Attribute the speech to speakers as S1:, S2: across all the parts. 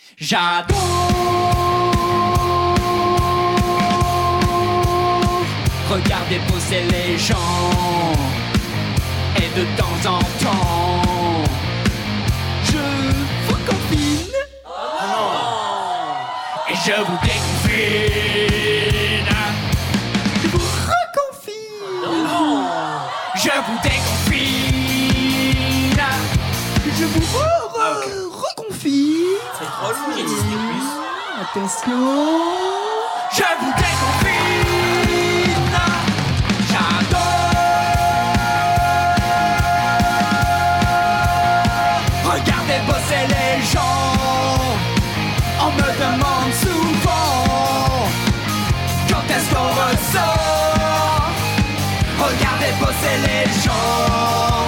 S1: J'adore regarder bosser les gens. Et de temps en temps je vous confine. Et je vous déconfine. Je vous reconfine. Je vous déconfine. Je vous reconfine.
S2: C'est trop lourd, j'ai Disney+.
S1: Attention. Je vous déconfine. J'adore regarder bosser les gens. On me demande souvent quand est-ce qu'on ressort. Regardez bosser les gens.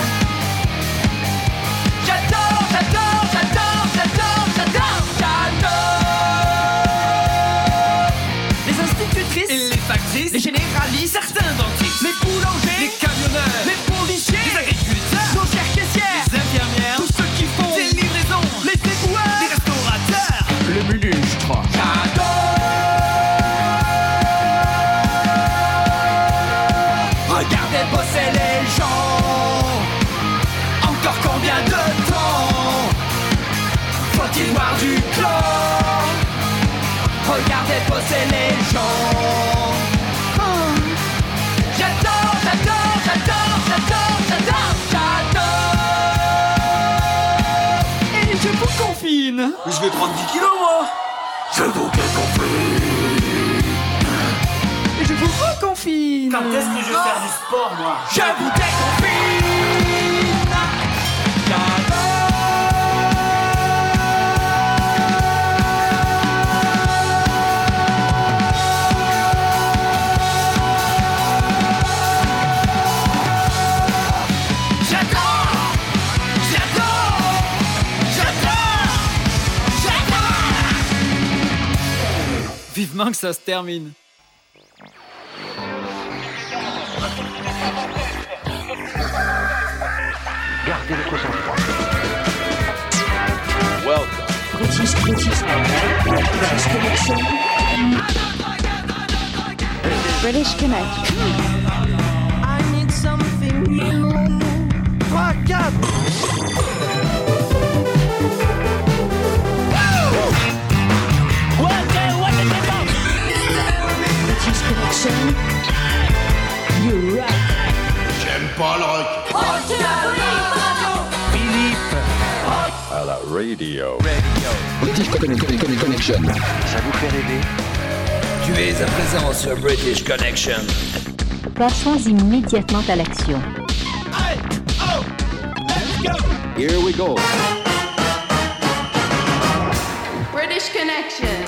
S1: J'adore, j'adore, j'adore, j'adore, j'adore, j'adore. Les institutrices,
S2: Et les factrices,
S1: les généralistes,
S2: certains dentistes,
S1: les boulangers,
S2: les camionneurs,
S1: les policiers,
S2: les agriculteurs,
S1: nos chères caissières,
S2: les infirmières,
S1: tous ceux qui font
S2: des livraisons,
S1: les éboueurs,
S2: les restaurateurs,
S1: le ministre. J'adore regarder bosser les gens. Encore combien de temps faut-il voir du clan? Regardez bosser les gens. J'adore, j'adore, j'adore, j'adore, j'adore, j'adore. Et je vous confine.
S2: Mais je vais prendre 10 kilos, moi.
S1: Je vous déconfine. Et je vous reconfine.
S2: Quand est-ce que je vais faire du sport, moi?
S1: Je vous déconfine. J'adore. J'adore. J'adore. J'adore. J'adore.
S2: Vivement que ça se termine.
S3: Gardez votre sang-froid.
S4: British Connection. British Connection.
S5: I need something new.
S1: 3, 4.
S4: British Connection. You rock.
S6: J'aime pas le rock.
S7: À la radio.
S8: British Connection.
S3: Ça vous fait rêver?
S2: Tu es à présent sur British Connection.
S4: Passons immédiatement à l'action.
S7: Here we go.
S5: British Connection.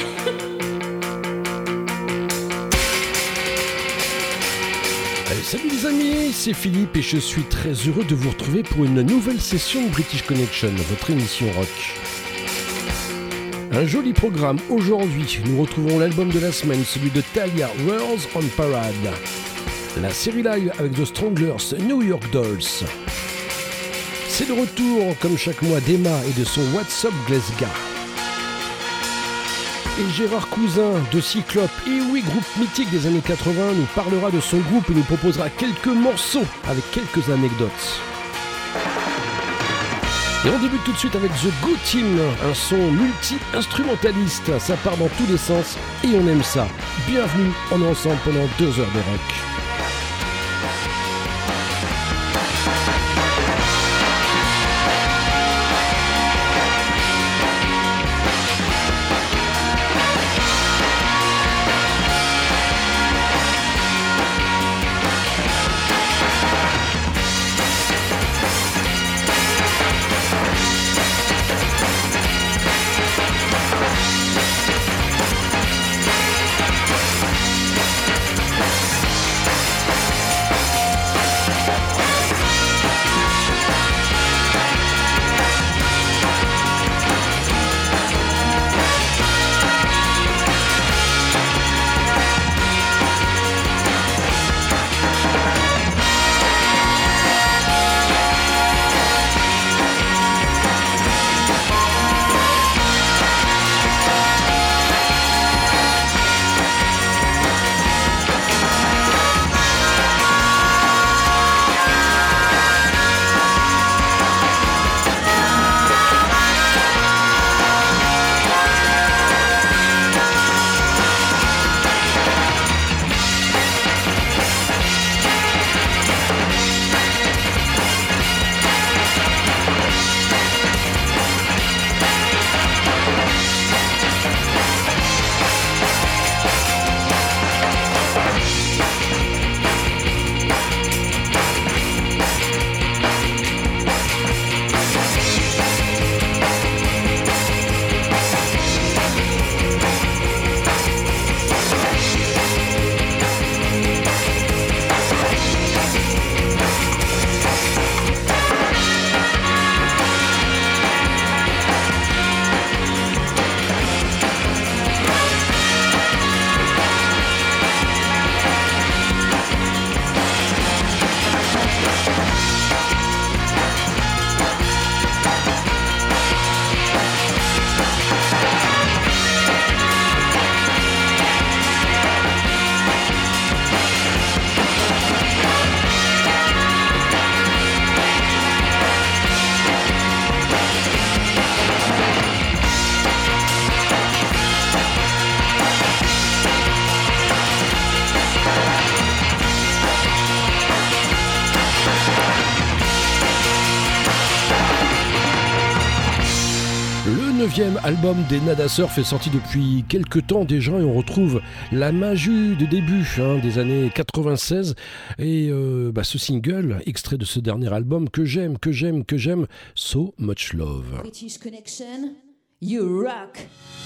S9: Salut les amis, c'est Philippe et je suis très heureux de vous retrouver pour une nouvelle session de British Connection, votre émission rock. Un joli programme. Aujourd'hui, nous retrouvons l'album de la semaine, celui de Thalia, Worlds on Parade. La série live avec The Stranglers, New York Dolls. C'est le retour, comme chaque mois, d'Emma et de son What's Up Glasgow. Et Gérard Cousin de Cyclope, et oui, groupe mythique des années 80, nous parlera de son groupe et nous proposera quelques morceaux avec quelques anecdotes. Et on débute tout de suite avec The Good Team, un son multi-instrumentaliste, ça part dans tous les sens et on aime ça. Bienvenue, on est ensemble pendant 2 heures de rock. 9e album des Nada Surf est sorti depuis quelques temps déjà et on retrouve la magie de début des années 96 et ce single, extrait de ce dernier album que j'aime, So Much Love.
S4: British Connection, you rock.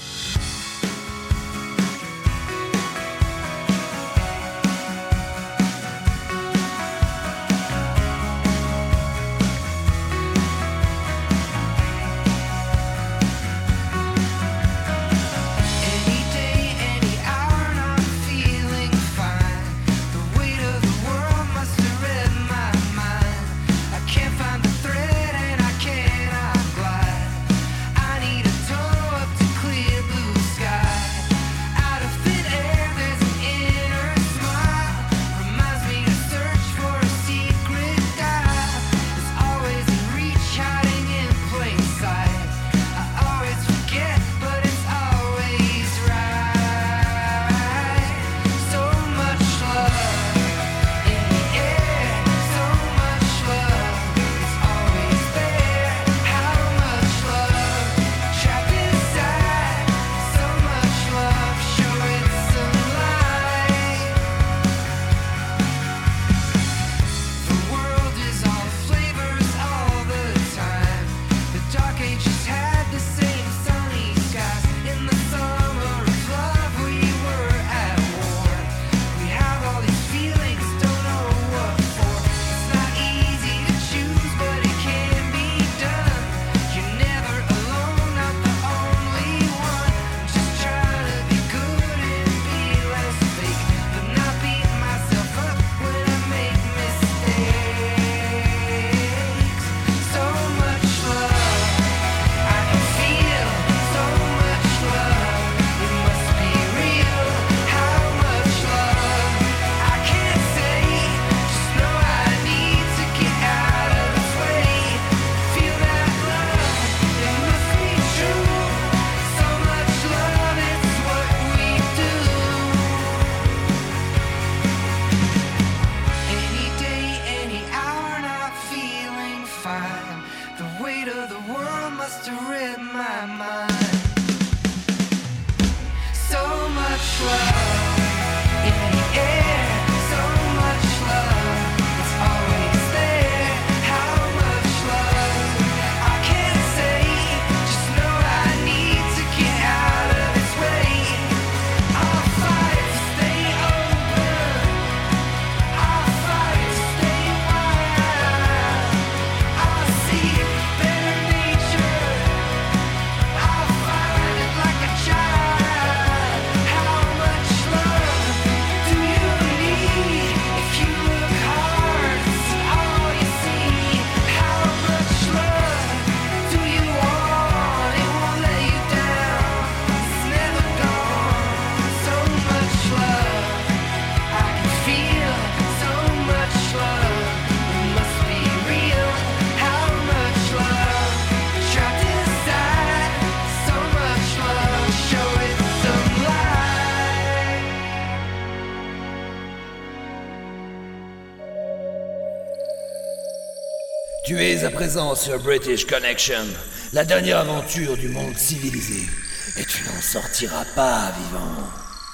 S2: Tu es à présent sur British Connection, la dernière aventure du monde civilisé, et tu n'en sortiras pas vivant.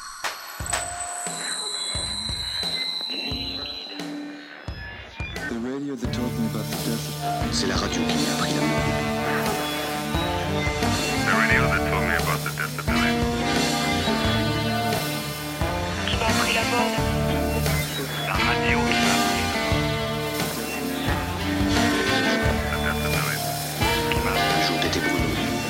S8: C'est la radio qui m'a appris l'amour.
S10: The radio that told me about the death of Billy.
S5: Qui m'a appris la mort.
S10: La radio qui m'a appris. The death of Billy. Qui m'a appris.
S8: Un jour t'étais Bruno.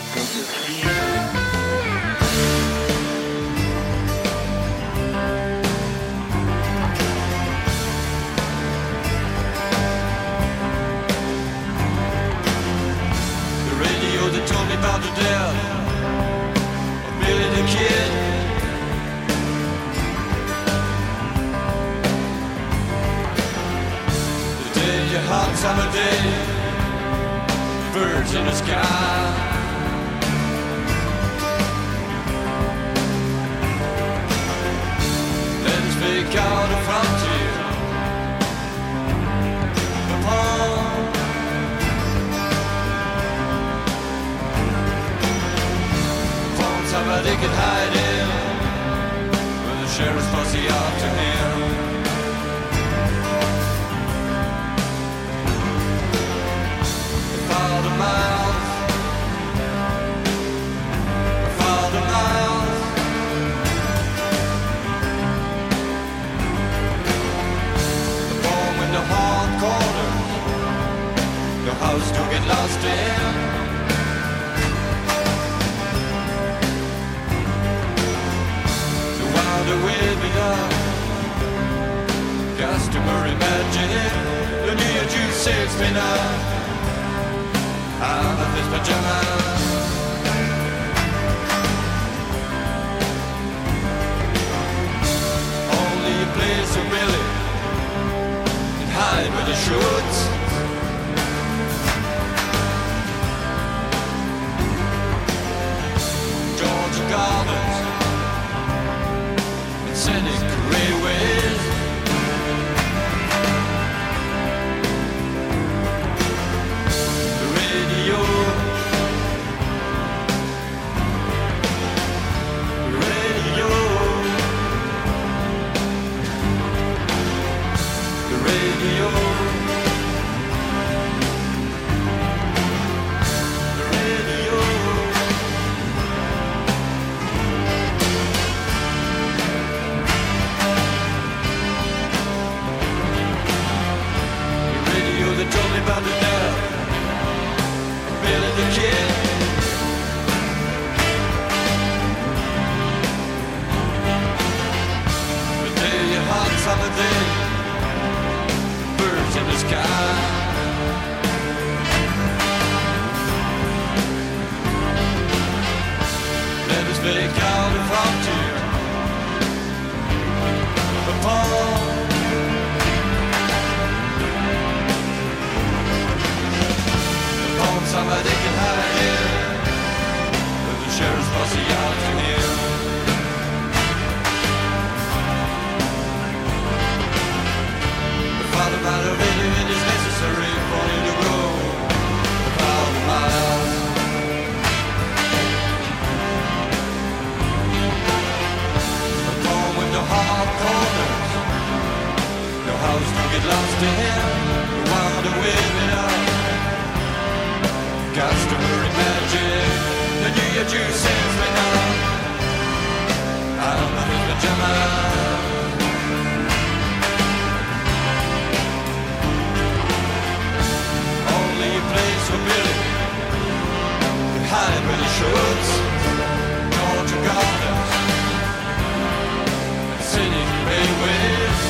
S11: That told me about the death of Billy the Kid. The day, a hot summer day, birds in the sky. Let us fake out a frontier upon somewhere they could hide in, with the sheriff's posse after him. They followed the miles, they followed the miles. The phone in the hard corners, the house to get lost in. With me now, customary magic. The New Year juice saves me now. I'm in his pajamas. Only a place of Billy can hide where the shoots. Georgia Gardens, scenic railways. The radio, the radio, the radio, the radio. They told me about the death of Billy the Kid. But there you hot summer day, birds in the sky. Let us make out a frontier upon somebody can hide here, with the sheriff's posse out to him. The father might have anything is necessary for you to go 1,000 miles. A poem with no hard corners, no house to get lost in, wander with it out. Customary magic, the New Year juice sends me now. I'm in his pajamas. Only a place for Billy can hide where the shoots. Georgia Gardens, scenic railways.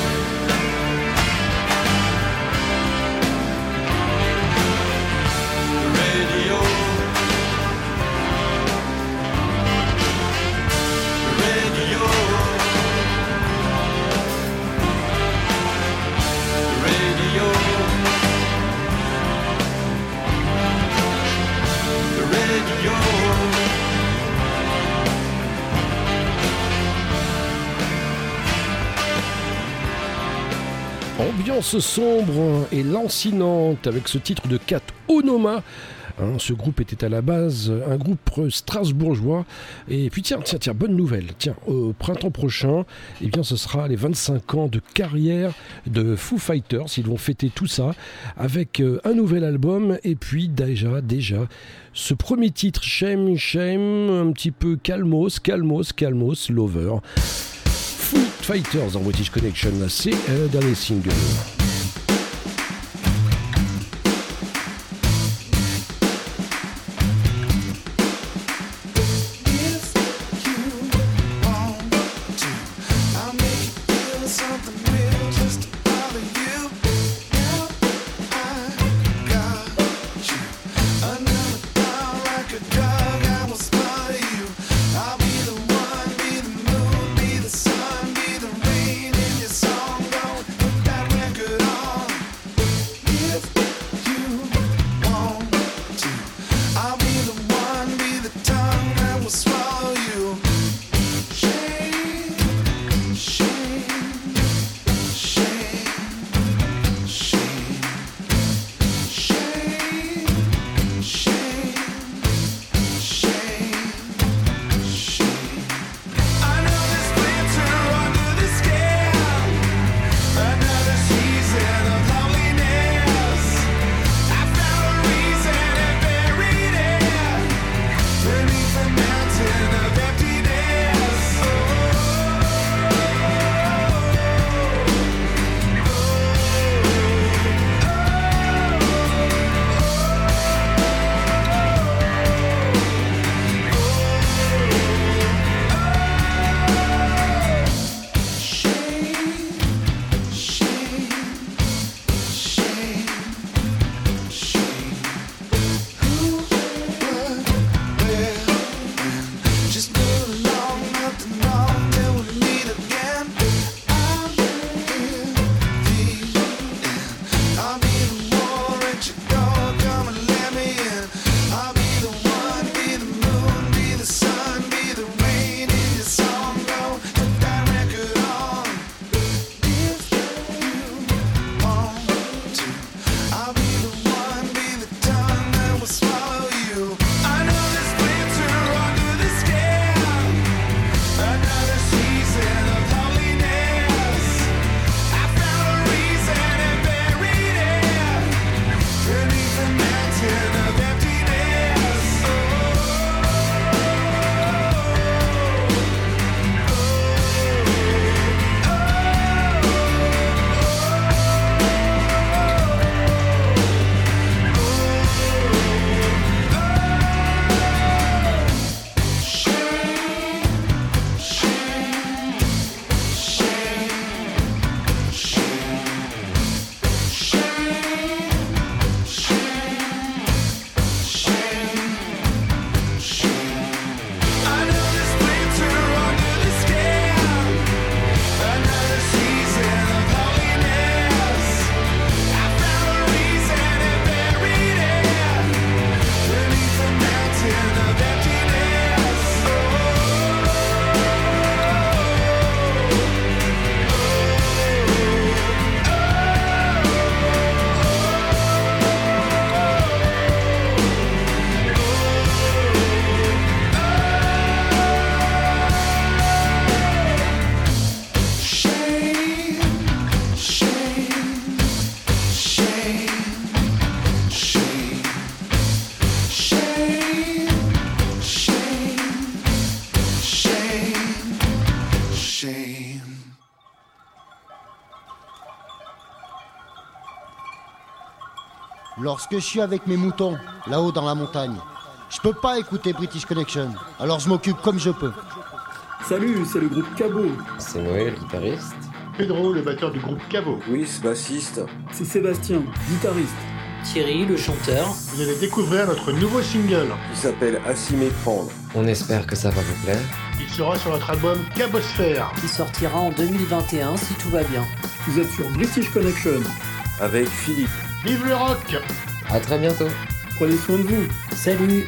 S9: Ambiance sombre et lancinante avec ce titre de Cat Onoma. Ce groupe était à la base un groupe strasbourgeois. Et puis tiens, bonne nouvelle. Tiens, au printemps prochain, eh bien, ce sera les 25 ans de carrière de Foo Fighters. Ils vont fêter tout ça avec un nouvel album. Et puis déjà, ce premier titre, Shame, un petit peu calmos, Lover. Foo Fighters en British Connection, c'est le dernier single.
S12: Be the sun, be the rain in your song. Don't put that record Lorsque je suis avec mes moutons, là-haut dans la montagne, je peux pas écouter British Connection, alors je m'occupe comme je peux.
S13: Salut, c'est le groupe Cabot.
S14: C'est Noé, le guitariste.
S15: Pedro, le batteur du groupe Cabot.
S16: Oui, bassiste.
S13: C'est Sébastien, guitariste.
S17: Thierry, le chanteur.
S15: Vous allez découvrir notre nouveau single.
S16: Il s'appelle À s'y méprendre.
S14: On espère que ça va vous plaire.
S15: Il sera sur notre album Cabosphère.
S17: Qui sortira en 2021 si tout va bien.
S13: Vous êtes sur British Connection.
S16: Avec Philippe.
S15: Vive le rock!
S14: À très bientôt.
S13: Prenez soin de vous.
S17: Salut.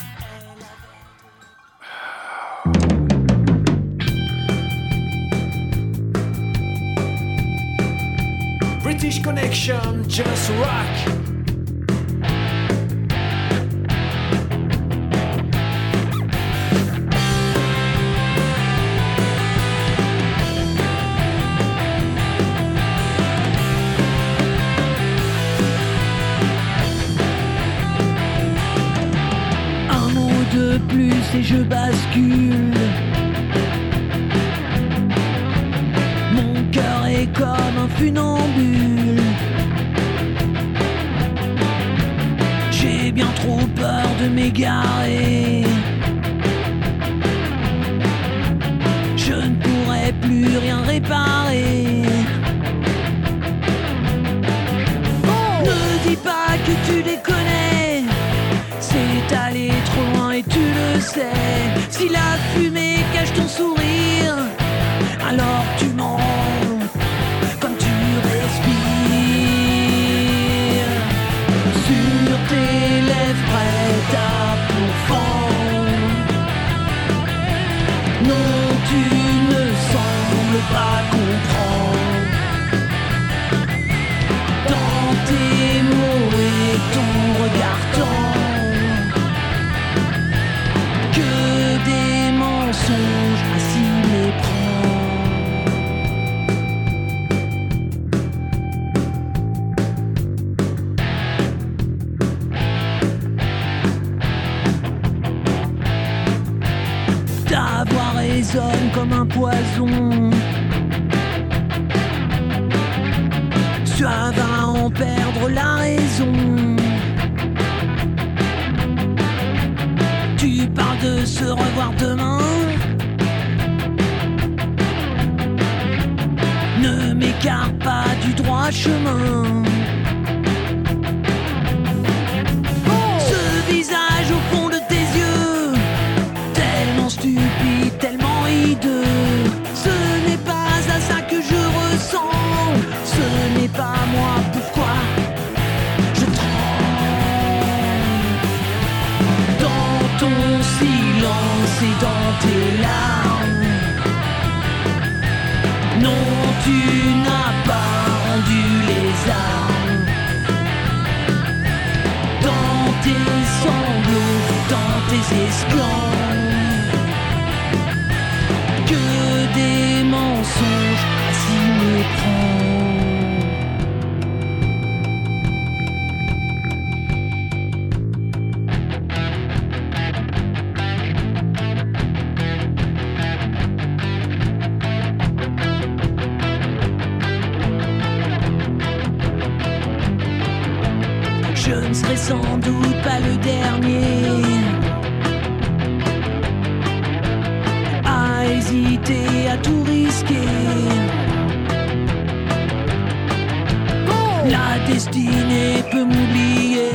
S2: British Connection, just rock.
S18: Un mot de plus et je bascule. Mon cœur est comme un funambule. J'ai bien trop peur de m'égarer. Je ne pourrai plus rien réparer. Ne dis pas que tu les connais. C'est aller trop loin et tu le sais. Si la fumée cache ton sourire, alors tu mens comme tu respires. Sur tes lèvres prêtes à pourfendre. Non, tu ne sembles pas comprendre. Dans tes mots et ton regard tendre, que des mensonges à s'y méprendre. Ta voix résonne comme un poison. Tu vas en perdre la raison. Tu parles de se revoir demain. Ne m'écarte pas du droit chemin. Ce visage au fond de tes yeux, tellement stupide, tellement hideux. Ce n'est pas à ça que je ressens. Ce n'est pas moi, pourquoi je tremble. Dans ton silence et dans tes larmes. Non, tu n'as pas rendu les armes. Dans tes sanglots, dans tes exclams, que des mensonges à s'y méprendre. Je ne serai sans doute pas le dernier à hésiter, à tout risquer. La destinée peut m'oublier.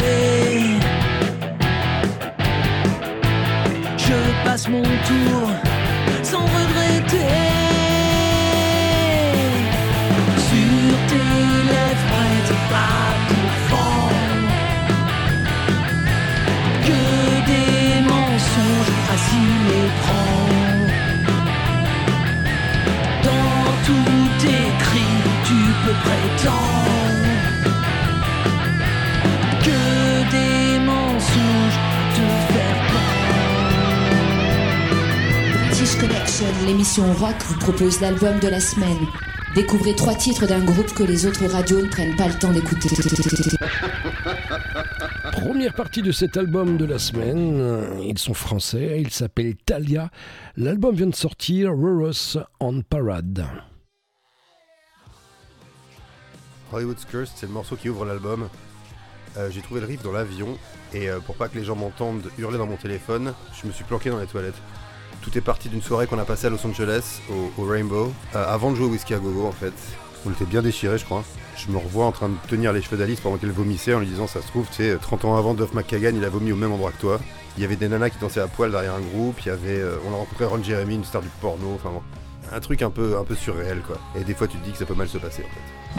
S18: Je passe mon tour sans regretter. Sur tes lèvres prêtes à pourfendre, que des mensonges à s'y méprendre. Dans tous tes cris, tu peux prétendre que des mensonges te faire peur.
S4: British Connection, l'émission rock, vous propose l'album de la semaine. Découvrez 3 titres d'un groupe que les autres radios ne prennent pas le temps d'écouter.
S9: Première partie de cet album de la semaine. Ils sont français, ils s'appellent Thalia. L'album vient de sortir, Rurus on Parade.
S19: Hollywood's Curse, c'est le morceau qui ouvre l'album. J'ai trouvé le riff dans l'avion et pour pas que les gens m'entendent hurler dans mon téléphone, je me suis planqué dans les toilettes. Tout est parti d'une soirée qu'on a passée à Los Angeles, au Rainbow, avant de jouer au Whisky à Gogo en fait. On était bien déchirés je crois. Je me revois en train de tenir les cheveux d'Alice pendant qu'elle vomissait en lui disant ça se trouve, tu sais, 30 ans avant, Duff McKagan il a vomi au même endroit que toi. Il y avait des nanas qui dansaient à poil derrière un groupe, il y avait, on a rencontré Ron Jeremy, une star du porno, enfin bon, un truc un peu surréel quoi. Et des fois tu te dis que ça peut mal se passer en fait.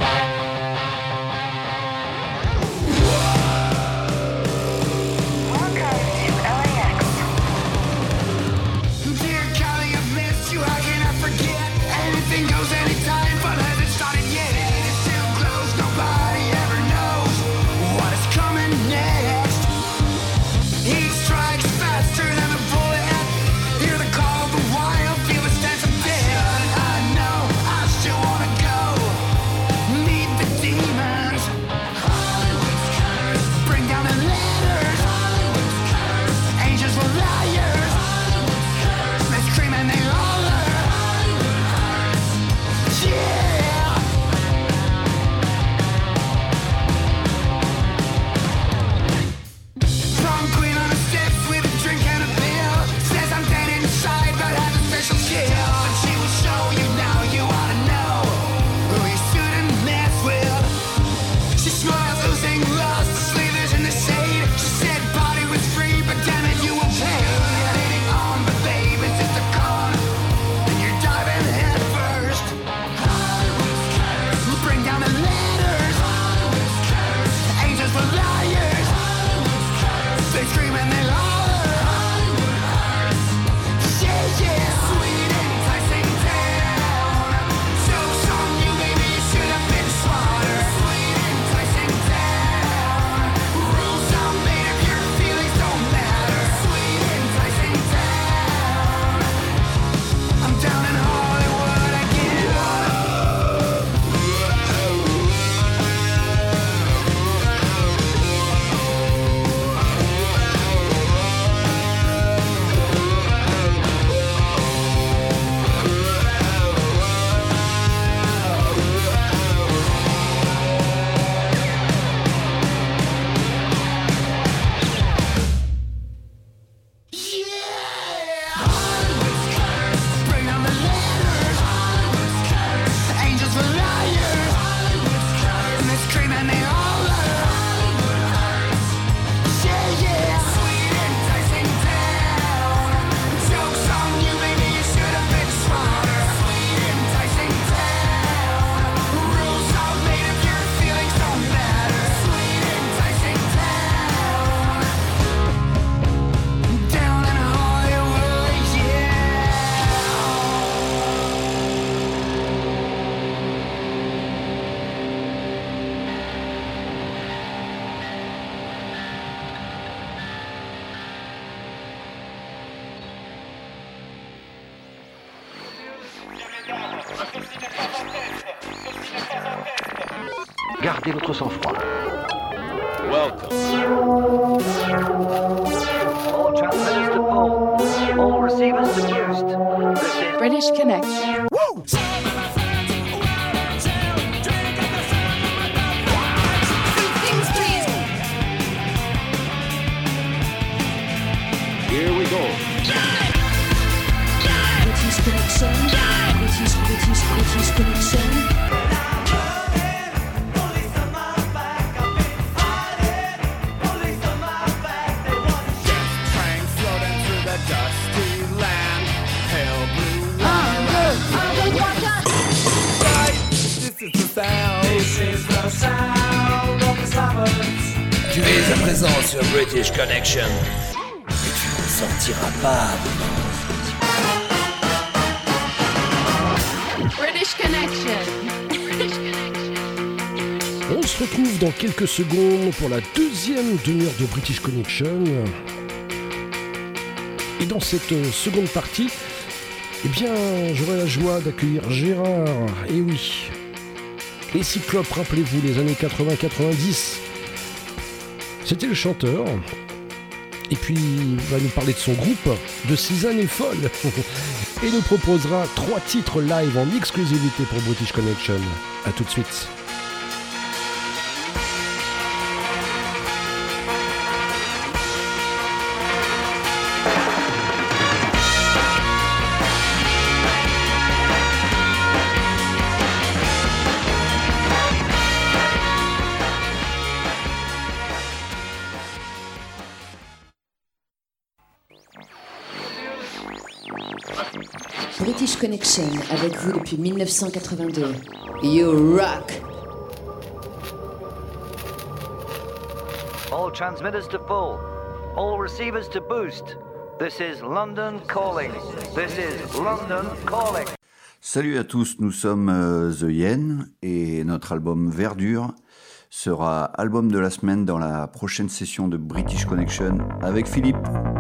S3: Gardez votre sang-froid.
S7: Welcome.
S3: All transmitters to full. All receivers diffused. This is
S4: British Connection.
S1: Woo!
S7: Here we go.
S4: British Connection. British Connection.
S2: Tu es à présent sur British Connection et tu n'en sortiras pas vivant.
S4: British Connection.
S9: On se retrouve dans quelques secondes pour la deuxième demi-heure de British Connection. Et dans cette seconde partie, eh bien, j'aurai la joie d'accueillir Gérard. Et oui, les Cyclopes, rappelez-vous, les années 80-90. C'était le chanteur. Et puis, il va nous parler de son groupe, de ses années folles. Et nous proposera 3 titres live en exclusivité pour British Connection. A tout de suite.
S4: British Connection avec vous depuis 1982. You rock!
S3: All transmitters to full. All receivers to boost. This is London calling. This is London calling.
S20: Salut à tous, nous sommes The Yen et notre album Verdure sera album de la semaine dans la prochaine session de British Connection avec Philippe.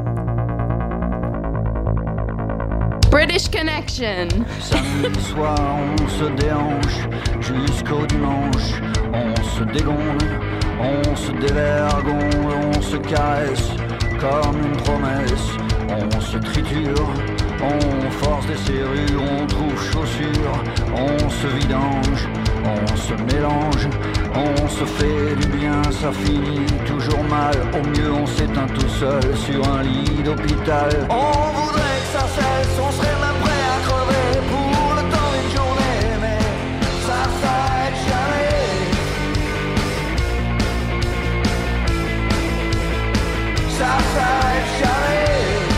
S5: British Connection.
S11: Samedi soir, on se déhanche jusqu'au dimanche. On se dégonde, on se dévergonde, on se caresse comme une promesse. On se triture, on force des serrures, on trouve chaussures, on se vidange, on se mélange, on se fait du bien, ça finit toujours mal. Au mieux on s'éteint tout seul sur un lit d'hôpital. On voudrait que ça cesse, on serait même prêt à crever pour le temps d'une journée, mais ça s'arrête jamais. Ça s'arrête jamais.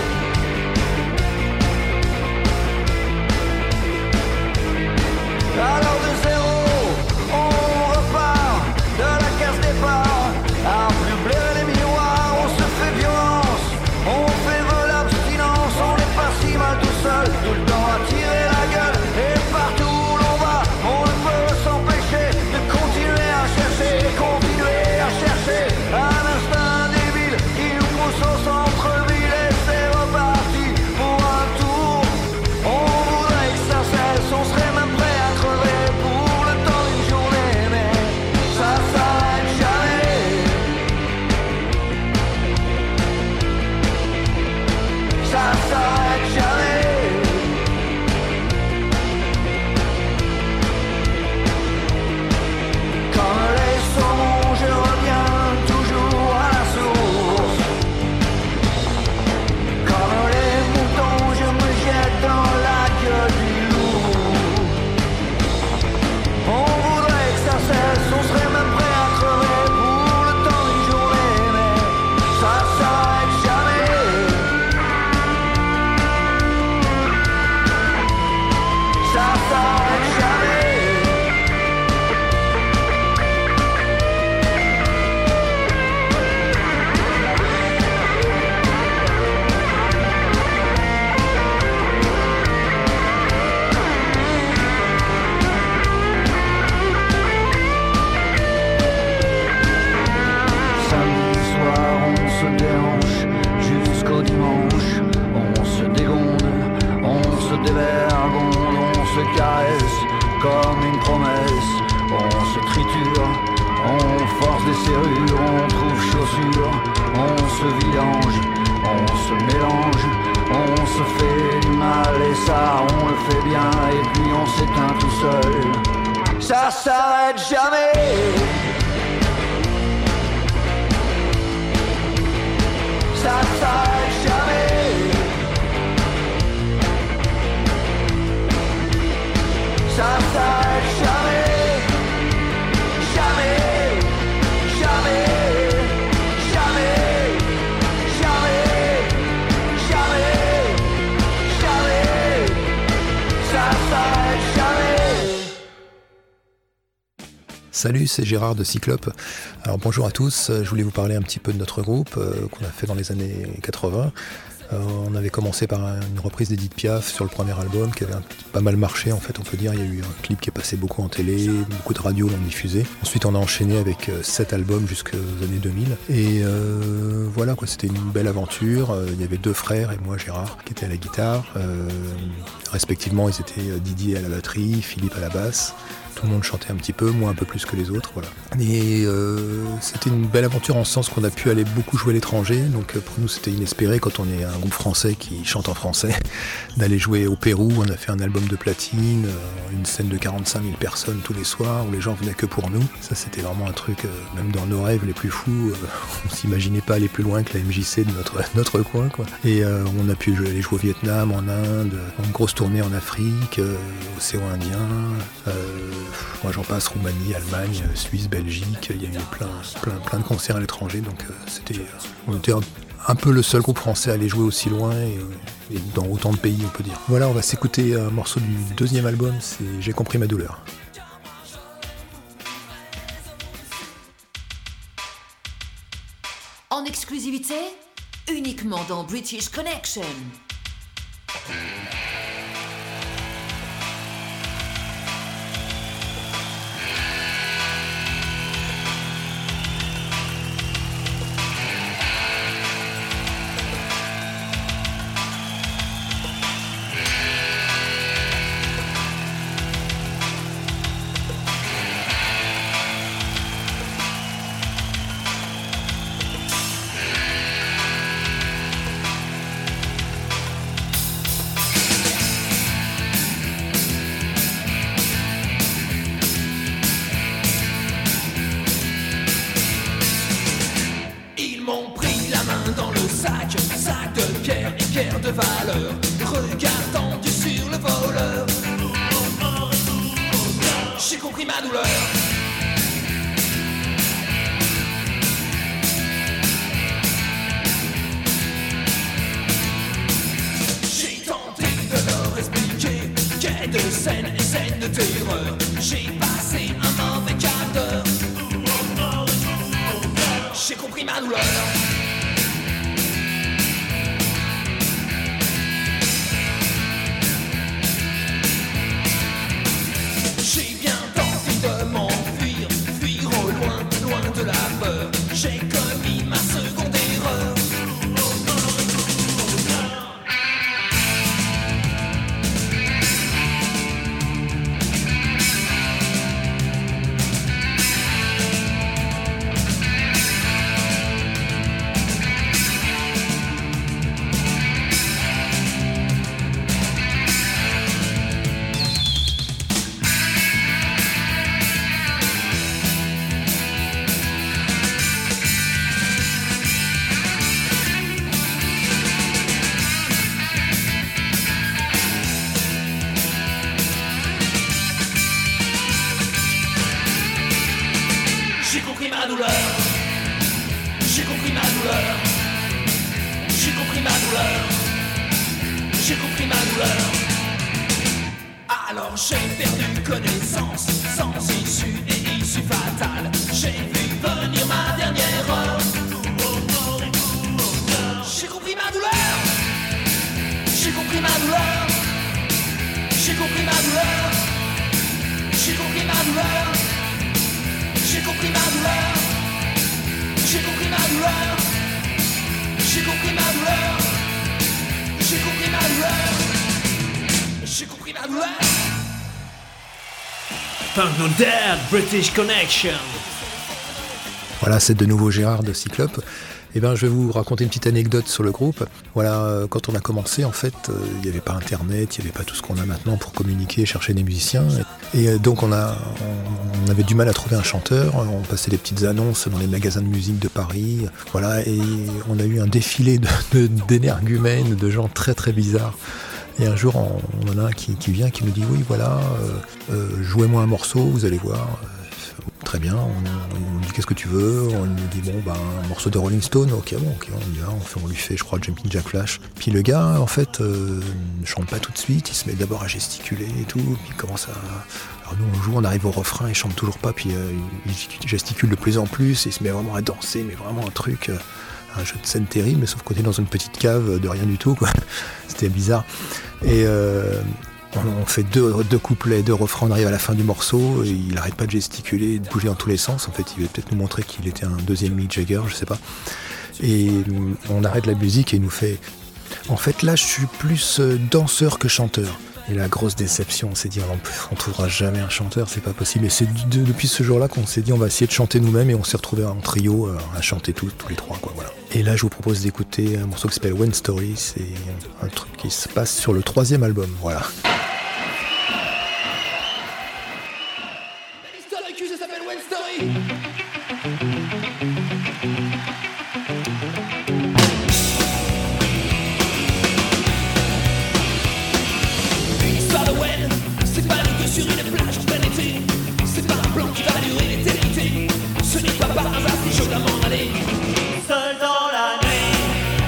S11: Alors de zéro, on repart de la case départ. À plus blairer les miroirs, on se fait violence, on fait vœu l'abstinence. On n'est pas si mal tout seul, tout le temps à tirer la gueule. Et partout où l'on va, on ne peut s'empêcher de continuer à chercher, continuer à chercher un instinct débile qui nous pousse au centre-ville. Et c'est reparti pour un tour. On voudrait que ça cesse, on serait même prêt à crever pour le temps d'une journée, mais ça s'arrête jamais. Ça s'arrête jamais. Comme les saumons, je reviens toujours à la source. Comme les moutons, je me jette dans la gueule du loup. On voudrait que ça cesse, on serait même prêt à crever pour le temps d'une journée, mais ça s'arrête jamais. Ça s'arrête jamais. Samedi soir, on se déhanche jusqu'au dimanche. On se dégonde, on se dévergonde, on se caresse comme une promesse. On se triture, on force des serrures, on trouve chaussures, on se vidange, on se mélange, on se fait du mal et ça on le fait bien et puis on s'éteint tout seul. Ça s'arrête jamais. Ça s'arrête jamais. Ça s'arrête jamais. Jamais. Jamais. Jamais. Jamais. Jamais. Jamais. Ça s'arrête jamais.
S21: Salut, c'est Gérard de Cyclope. Alors bonjour à tous, je voulais vous parler un petit peu de notre groupe qu'on a fait dans les années 80. On avait commencé par une reprise d'Edith Piaf sur le premier album qui avait pas mal marché en fait, on peut dire. Il y a eu un clip qui est passé beaucoup en télé, beaucoup de radios l'ont diffusé. Ensuite on a enchaîné avec 7 albums jusqu'aux années 2000. Et voilà quoi, c'était une belle aventure. Il y avait 2 frères et moi Gérard qui étaient à la guitare. Respectivement ils étaient Didier à la batterie, Philippe à la basse. Tout le monde chantait un petit peu, moi un peu plus que les autres, voilà. Et c'était une belle aventure en ce sens qu'on a pu aller beaucoup jouer à l'étranger. Donc pour nous c'était inespéré quand on est un groupe français qui chante en français, d'aller jouer au Pérou. On a fait un album de platine, une scène de 45 000 personnes tous les soirs où les gens venaient que pour nous. Ça c'était vraiment un truc, même dans nos rêves les plus fous, on s'imaginait pas aller plus loin que la MJC de notre coin, quoi. Et on a pu aller jouer au Vietnam, en Inde, une grosse tournée en Afrique, océan Indien. Moi j'en passe, Roumanie, Allemagne, Suisse, Belgique, il y a eu plein de concerts à l'étranger, donc on était un peu le seul groupe français à aller jouer aussi loin et dans autant de pays, on peut dire. Voilà, on va s'écouter un morceau du deuxième album, c'est J'ai compris ma douleur.
S4: En exclusivité, uniquement dans British Connection.
S2: Sac de pierre et pierre de valeur, regard tendu sur le voleur. J'ai compris ma douleur. J'ai tenté de leur expliquer qu'est de scène et scène de terreur. J'ai passé un mauvais quart d'heure. J'ai compris ma douleur. De la peur, j'ai commis ma seconde erreur. J'ai compris ma douleur. J'ai compris ma douleur. J'ai compris ma douleur. J'ai compris ma douleur. Alors j'ai perdu connaissance, sans issue et issue fatale. J'ai vu venir ma dernière heure. J'ai compris ma douleur. J'ai compris ma douleur. J'ai compris ma douleur. J'ai compris ma douleur. J'ai compris ma douleur. J'ai compris ma douleur. J'ai compris ma douleur. J'ai compris ma douleur. J'ai compris ma douleur.
S6: Punk Not Dead, British Connection.
S21: Voilà, c'est de nouveau Gérard de Cyclope. Eh ben, je vais vous raconter une petite anecdote sur le groupe. Voilà, quand on a commencé, en fait, il n'y avait pas Internet, il n'y avait pas tout ce qu'on a maintenant pour communiquer, chercher des musiciens. Et donc, on avait du mal à trouver un chanteur. On passait des petites annonces dans les magasins de musique de Paris. Voilà, et on a eu un défilé d'énergumènes, de gens très très bizarres. Et un jour, on en a un qui vient, qui nous dit « Oui, voilà, jouez-moi un morceau, vous allez voir. » Très bien, on dit qu'est-ce que tu veux, on lui dit bon un morceau de Rolling Stone, ok on y va, on lui fait je crois Jumping Jack Flash. Puis le gars en fait ne chante pas tout de suite, il se met d'abord à gesticuler et tout, puis il commence à... Alors nous on joue, on arrive au refrain, il chante toujours pas, puis il gesticule de plus en plus, et il se met vraiment à danser, mais vraiment un truc, un jeu de scène terrible, sauf qu'on est dans une petite cave de rien du tout quoi, c'était bizarre. Et on fait deux couplets, 2 refrains, on arrive à la fin du morceau, et il arrête pas de gesticuler, de bouger dans tous les sens. En fait, il veut peut-être nous montrer qu'il était un deuxième Mick Jagger, je sais pas. Et on arrête la musique et il nous fait... En fait, là, je suis plus danseur que chanteur. Et la grosse déception, on s'est dit, on trouvera jamais un chanteur, c'est pas possible. Et c'est depuis ce jour-là qu'on s'est dit, on va essayer de chanter nous-mêmes, et on s'est retrouvés en trio à chanter tous les trois, quoi, voilà. Et là, je vous propose d'écouter un morceau qui s'appelle When Story, c'est un truc qui se passe sur le 3e album, voilà.
S2: L'histoire de cul, ça s'appelle When Story. L'histoire de When, c'est pas nous deux sur une plage en plein été. C'est pas un plan qui va durer l'éternité. Ce n'est pas par hasard si je dois m'en aller.
S11: Seul dans la nuit,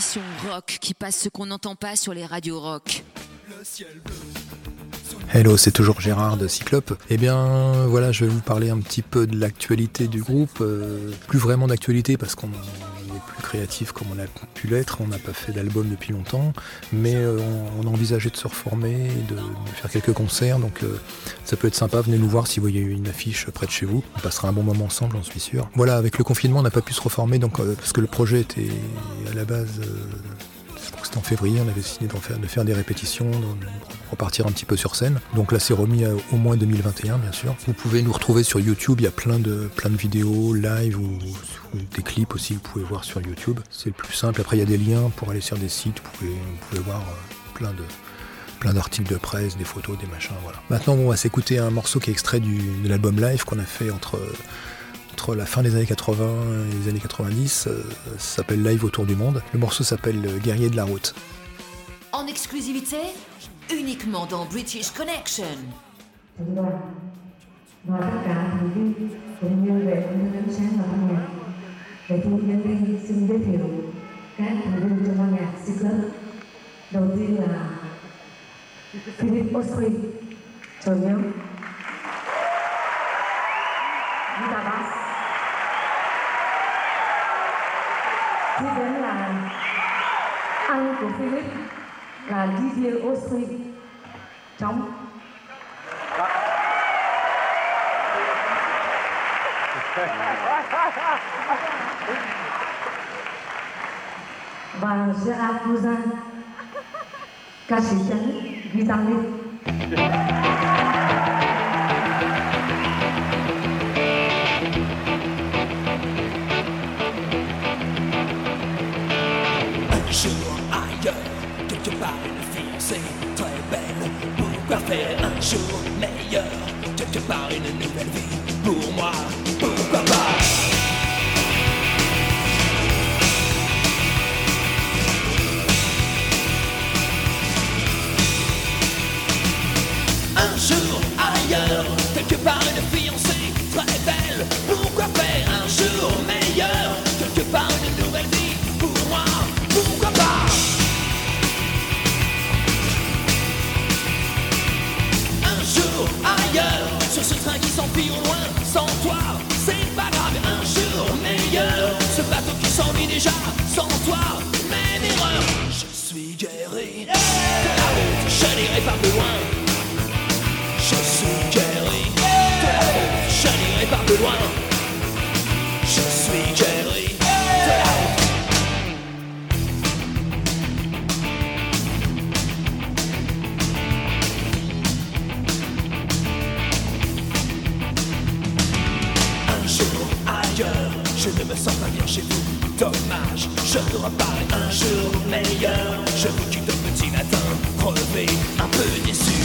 S4: l'émission rock qui passe ce qu'on n'entend pas sur les radios rock.
S21: Hello, c'est toujours Gérard de Cyclope. Eh bien, voilà, je vais vous parler un petit peu de l'actualité du groupe. Plus vraiment d'actualité parce qu'on n'est plus créatif comme on a pu l'être. On n'a pas fait d'album depuis longtemps, mais on a envisagé de se reformer, de faire quelques concerts. Donc, ça peut être sympa. Venez nous voir si vous voyez une affiche près de chez vous. On passera un bon moment ensemble, j'en suis sûr. Voilà, avec le confinement, on n'a pas pu se reformer, donc parce que le projet était à la base. C'était en février, on avait décidé de faire des répétitions, de repartir un petit peu sur scène. Donc là, c'est remis au moins 2021, bien sûr. Vous pouvez nous retrouver sur YouTube, il y a plein de vidéos live ou des clips aussi, vous pouvez voir sur YouTube. C'est le plus simple. Après, il y a des liens pour aller sur des sites, vous pouvez voir plein d'articles de presse, des photos, des machins, voilà. Maintenant, on va s'écouter un morceau qui est extrait de l'album live qu'on a fait entre la fin des années 80 et les années 90, ça s'appelle Live autour du monde. Le morceau s'appelle Guerrier de la route.
S4: En exclusivité, uniquement dans British Connection.
S10: Và tất cả thành viên cũng như về công tác ánh sáng và âm nhạc. Vậy tôi nhân đây xin giới thiệu các thành viên trong ban nhạc Cyclope. Đầu tiên là Philip Osprey, trưởng nhóm, guitar bass. Tiếp đến là anh của Philip là Didier Osprey, trống. Và Gérard Cousin, ca sĩ chánh, guitar lead.
S2: Très belle, pourquoi faire un jour meilleur? Quelque part une nouvelle vie pour moi, pourquoi pas? Un jour ailleurs, quelque part une fiancée très belle, pourquoi faire un jour meilleur? Quelque part une nouvelle vie pour moi, pourquoi pas? Ailleurs, sur ce train qui s'enfuit au loin, sans toi, c'est pas grave, un jour meilleur. Ce bateau qui s'ennuie déjà, sans toi, même erreur. Je suis guéri de la route, je n'irai pas plus loin. Je suis guéri de la route, je n'irai pas plus loin. Je suis guéri de la route. Je ne me sens pas bien chez vous, dommage, je reparais un jour meilleur. Je m'occupe de petit matin, crevé, un peu déçu.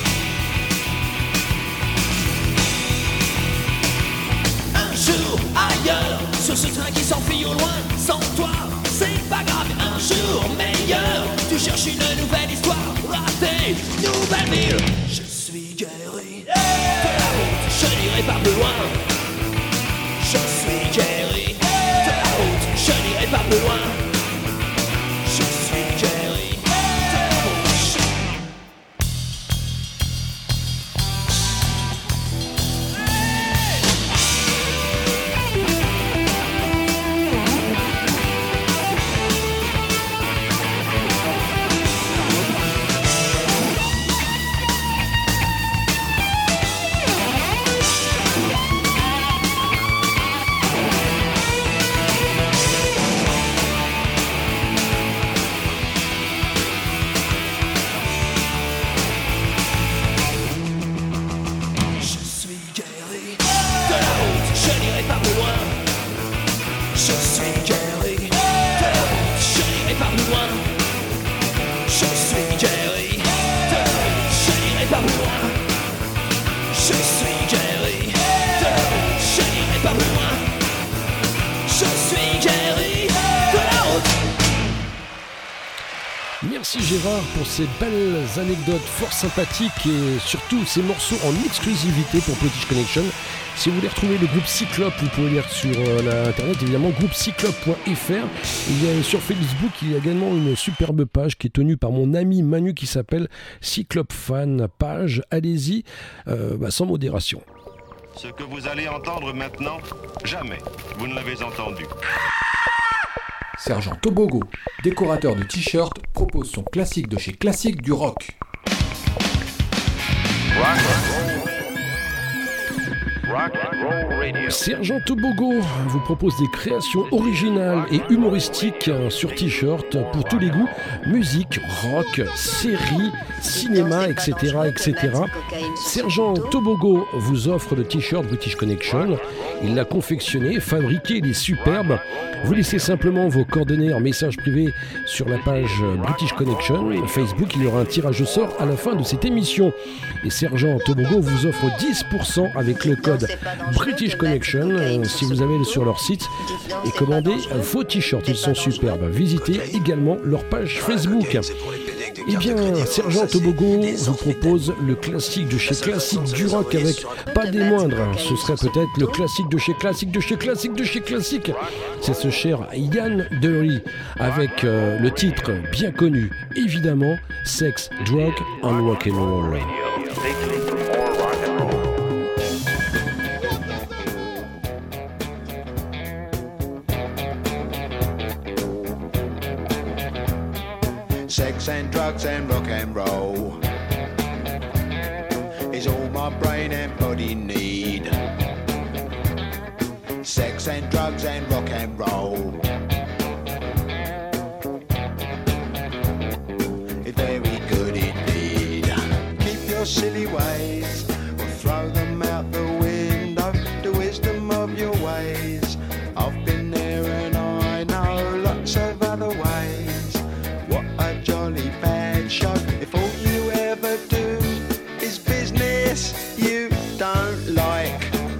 S2: Un jour ailleurs, sur ce train qui s'enfuit au loin, sans toi, c'est pas grave, un jour meilleur. Tu cherches une nouvelle histoire, ratée, nouvelle ville. Je suis guéri de la route, je n'irai pas plus loin. Je suis guéri de la route, je n'irai pas plus loin. Je suis guéri de la route.
S9: Merci Gérard pour ces belles anecdotes fort sympathiques et surtout ces morceaux en exclusivité pour British Connection. Si vous voulez retrouver le groupe Cyclope, vous pouvez lire sur l'internet, évidemment, groupecyclope.fr. Sur Facebook, il y a également une superbe page qui est tenue par mon ami Manu qui s'appelle Cyclope Fan Page. Allez-y, sans modération.
S7: Ce que vous allez entendre maintenant, jamais vous ne l'avez entendu.
S8: Sergent Tobogo, décorateur de t-shirts, propose son classique de chez Classique du rock.
S9: Sergent Tobogo vous propose des créations originales et humoristiques sur t-shirt pour tous les goûts, musique, rock, séries, cinéma, etc., etc. Sergent Tobogo vous offre le t-shirt British Connection. Il l'a confectionné, fabriqué, il est superbe. Vous laissez simplement vos coordonnées en message privé sur la page British Connection Facebook. Il y aura un tirage au sort à la fin de cette émission. Et Sergent Tobogo vous offre 10% avec le code British Connection si vous allez sur leur site et commandez vos t-shirts. Ils sont superbes. Visitez également leur page Facebook. Eh bien, Sergent Tobogo vous propose le classique de chez Classique du rock avec pas des moindres. Ce serait peut-être le classique de chez Classique de chez Classique de chez Classique. C'est ce cher Yann Dury avec le titre bien connu, évidemment, Sex, Drug and Rock'n'Roll.
S11: Sex and drugs and rock and roll is all my brain and body need. Sex and drugs and rock and roll is very good indeed. Keep your silly ways or throw them out the window. The wisdom of your ways, I've been there and I know lots of other ways. What a jolly bad show if all you ever do is business you don't like.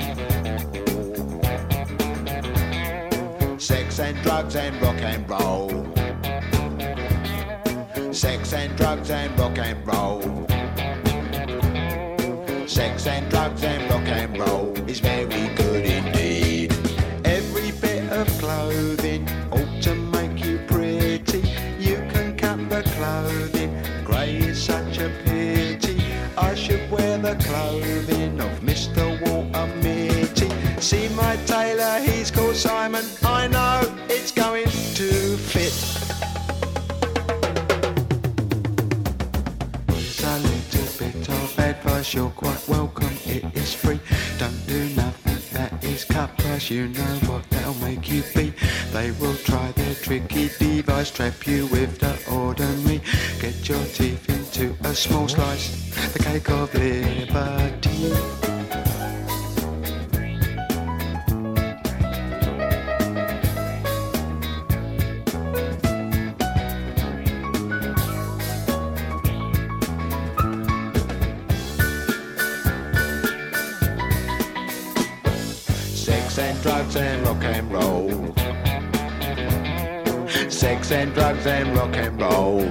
S11: Sex and drugs and rock and roll. Sex and drugs and rock and roll. Sex and drugs and rock and roll is very good indeed. Every bit of clothing ought to make you pretty. You can cut the clothing, grey is such a pity. I should wear the clothing of Mr. Walter Mitty. See my tailor, he's called Simon. I know it's going to fit. Here's a little bit of advice, you're quite welcome, it is free. Don't do nothing that is cut price, you know what that'll make you be. They will try their tricky device, trap you with the ordinary. Get your teeth into a small slice, the cake of liberty. Sex and drugs and rock and roll. Sex and drugs and rock and roll.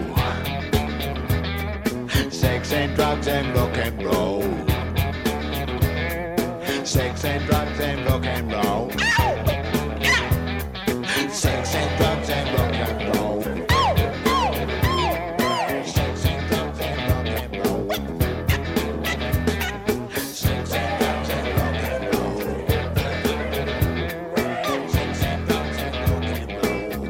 S11: Sex and drugs and rock and roll. Sex and drugs and rock and roll. Sex and drugs and rock and roll. Sex and drugs and rock and roll. Sex and drugs and rock and roll. Sex and drugs and rock and roll.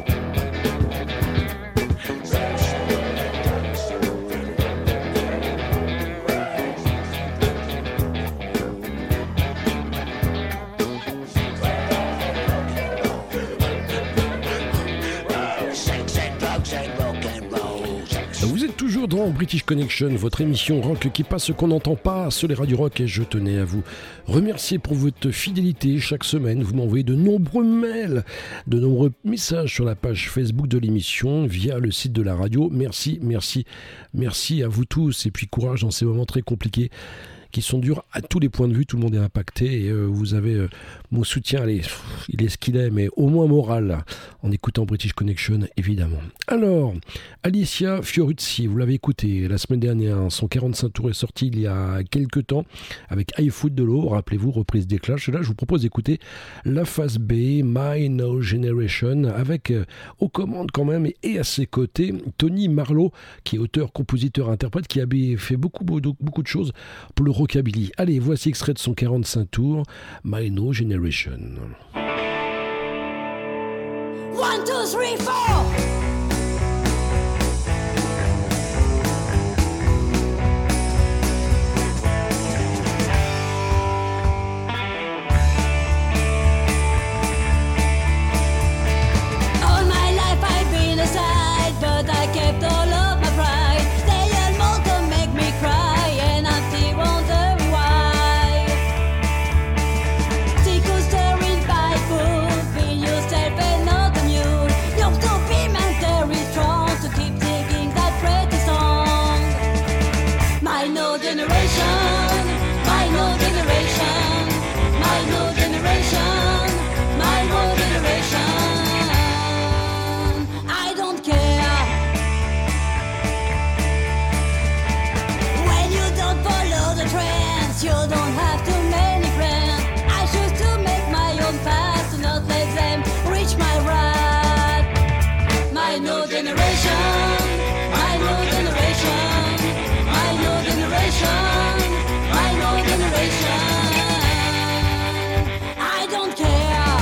S9: Vous êtes toujours dans British Connection, votre émission rock qui passe ce qu'on n'entend pas sur les radios rock, et je tenais à vous remercier pour votre fidélité. Chaque semaine, vous m'envoyez de nombreux mails, de nombreux messages sur la page Facebook de l'émission, via le site de la radio. Merci, merci, merci à vous tous, et puis courage dans ces moments très compliqués qui sont durs à tous les points de vue. Tout le monde est impacté et vous avez mon soutien. Allez, il est ce qu'il est, mais au moins moral, en écoutant British Connection, évidemment. Alors, Alicia Fiorucci, vous l'avez écouté la semaine dernière. Son 45 tours est sorti il y a quelques temps avec I Foot de l'eau. Rappelez-vous, reprise des Clash. Et là, je vous propose d'écouter la phase B, My No Generation, avec aux commandes quand même et à ses côtés Tony Marlowe, qui est auteur, compositeur, interprète, qui a fait beaucoup de choses pour le rockabilly. Allez, voici extrait de son 45 tours, My No Generation.
S2: 1, 2, 3, 4.
S12: But I kept all of my pride. They all want to make me cry, and I'm still wondering why. Take a story by food, be yourself and not immune. You have to be mentally strong to keep singing that pretty song. My no generation, my no generation, my no generation, my no generation. I don't care. You don't have too many friends. I choose to make my own path, to not let them reach my right. My no generation, my no generation, my no generation, my no generation. I don't care.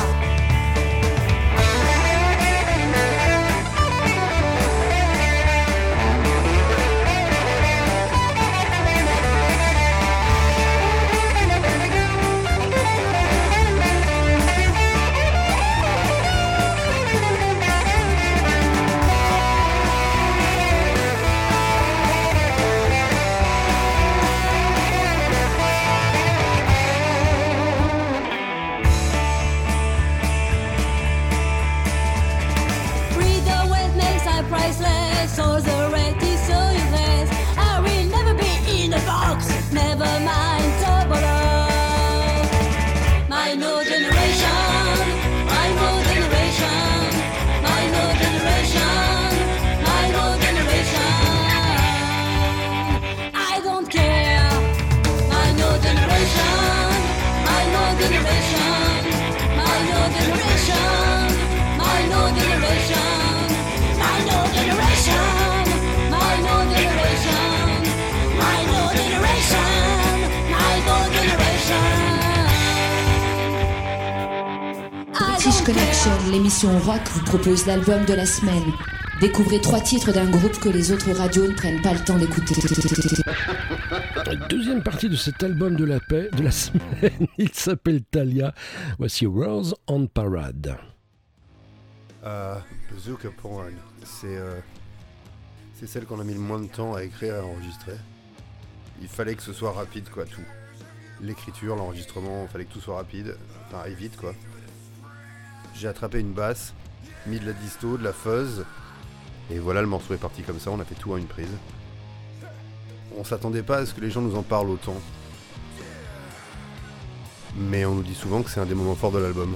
S12: So the rent is so useless. I will never be in a box. Never mind double up. My no generation, my no generation, my no generation, my no generation. I don't care. My no generation, my no generation, my no generation, my no generation. My no generation, my no generation, my no generation, my no generation.
S4: British Connection, l'émission rock vous propose l'album de la semaine. Découvrez 3 titres d'un groupe que les autres radios ne prennent pas le temps d'écouter.
S9: Deuxième partie de cet album de la semaine, il s'appelle Thalia. Voici Rose on Parade.
S19: Zuka Porn, c'est celle qu'on a mis le moins de temps à écrire et à enregistrer. Il fallait que ce soit rapide, quoi, tout. L'écriture, l'enregistrement, il fallait que tout soit rapide, enfin, et vite, quoi. J'ai attrapé une basse, mis de la disto, de la fuzz, et voilà, le morceau est parti comme ça, on a fait tout à une prise. On s'attendait pas à ce que les gens nous en parlent autant. Mais on nous dit souvent que c'est un des moments forts de l'album.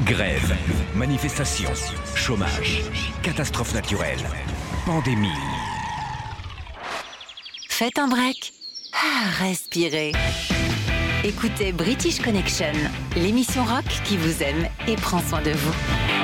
S16: Grève, manifestations, chômage, catastrophes naturelles, pandémie.
S22: Faites un break. Respirez. Écoutez British Connection, l'émission rock qui vous aime et prend soin de vous.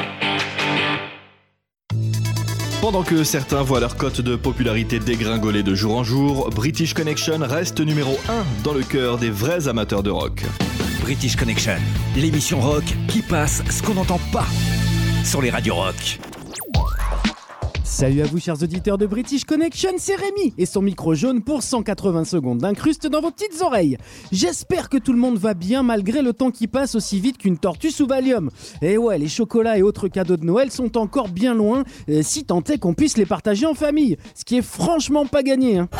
S23: Pendant que certains voient leur cote de popularité dégringoler de jour en jour, British Connection reste numéro 1 dans le cœur des vrais amateurs de rock.
S16: British Connection, l'émission rock qui passe ce qu'on n'entend pas sur les radios rock.
S24: Salut à vous chers auditeurs de British Connection, c'est Rémi et son micro jaune pour 180 secondes d'incruste dans vos petites oreilles. J'espère que tout le monde va bien malgré le temps qui passe aussi vite qu'une tortue sous Valium. Et ouais, les chocolats et autres cadeaux de Noël sont encore bien loin, si tant est qu'on puisse les partager en famille, ce qui est franchement pas gagné. Hein.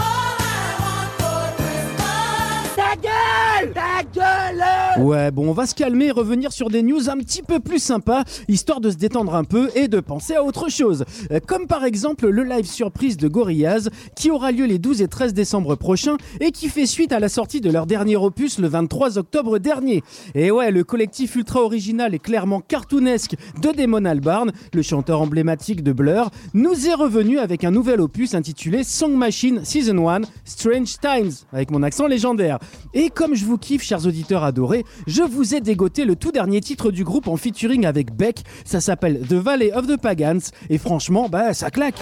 S18: Ta gueule! Ta gueule!
S24: Ouais, bon, on va se calmer et revenir sur des news un petit peu plus sympas, histoire de se détendre un peu et de penser à autre chose. Comme par exemple le live surprise de Gorillaz, qui aura lieu les 12 et 13 décembre prochains et qui fait suite à la sortie de leur dernier opus le 23 octobre dernier. Et ouais, le collectif ultra original et clairement cartoonesque de Damon Albarn, le chanteur emblématique de Blur, nous est revenu avec un nouvel opus intitulé Song Machine Season 1 Strange Times, avec mon accent légendaire. Et comme je vous kiffe, chers auditeurs adorés, je vous ai dégoté le tout dernier titre du groupe en featuring avec Beck. Ça s'appelle The Valley of the Pagans et franchement, bah ça claque.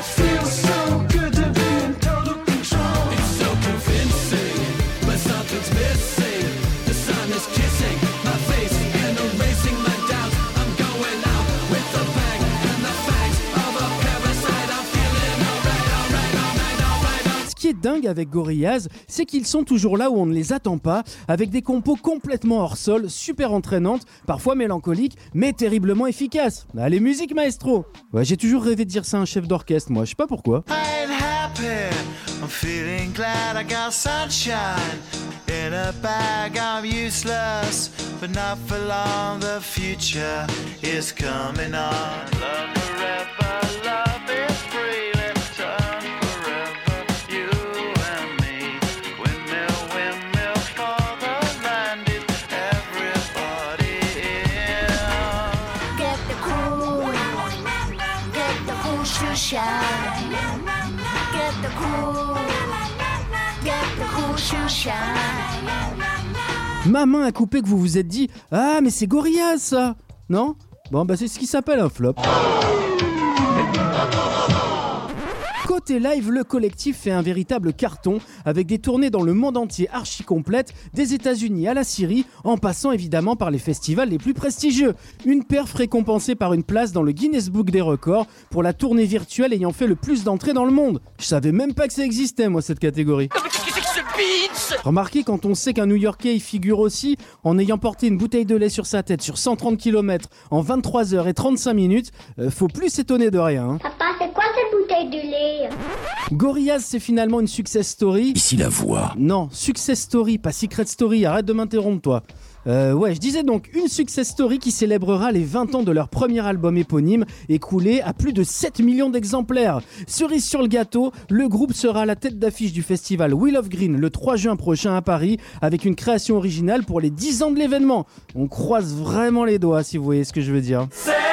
S24: Dingue avec Gorillaz, c'est qu'ils sont toujours là où on ne les attend pas, avec des compos complètement hors sol, super entraînantes, parfois mélancoliques, mais terriblement efficaces. Allez, musique maestro. Ouais, j'ai toujours rêvé de dire ça à un chef d'orchestre, moi, je sais pas pourquoi.
S2: I'm feeling glad I got sunshine in a bag. I'm useless, but not for long. The future is coming on. Love forever, love is free. Let's turn forever, you and me. Windmill, windmill for the land is everybody in.
S12: Get the cool to shine. Get the cool to shine.
S24: Ma main a coupé que vous vous êtes dit « Ah, mais c'est Gorillaz, ça !» Non ? Bon, bah c'est ce qui s'appelle un flop. Côté live, le collectif fait un véritable carton avec des tournées dans le monde entier archi complètes, des États-Unis à la Syrie, en passant évidemment par les festivals les plus prestigieux. Une perf récompensée par une place dans le Guinness Book des records pour la tournée virtuelle ayant fait le plus d'entrées dans le monde. Je savais même pas que ça existait, moi, cette catégorie. Remarquez, quand on sait qu'un New-Yorkais y figure aussi, en ayant porté une bouteille de lait sur sa tête sur 130 km en 23 heures et 35 minutes, faut plus s'étonner de rien. Hein.
S12: Papa, c'est quoi cette bouteille de lait?
S24: Gorillaz, c'est finalement une success story.
S16: Ici la voix.
S24: Non, success story, pas secret story, arrête de m'interrompre toi. Ouais, je disais donc une success story qui célébrera les 20 ans de leur premier album éponyme, écoulé à plus de 7 millions d'exemplaires. Cerise sur le gâteau, le groupe sera à la tête d'affiche du festival Wheel of Green le 3 juin prochain à Paris, avec une création originale pour les 10 ans de l'événement. On croise vraiment les doigts, si vous voyez ce que je veux dire.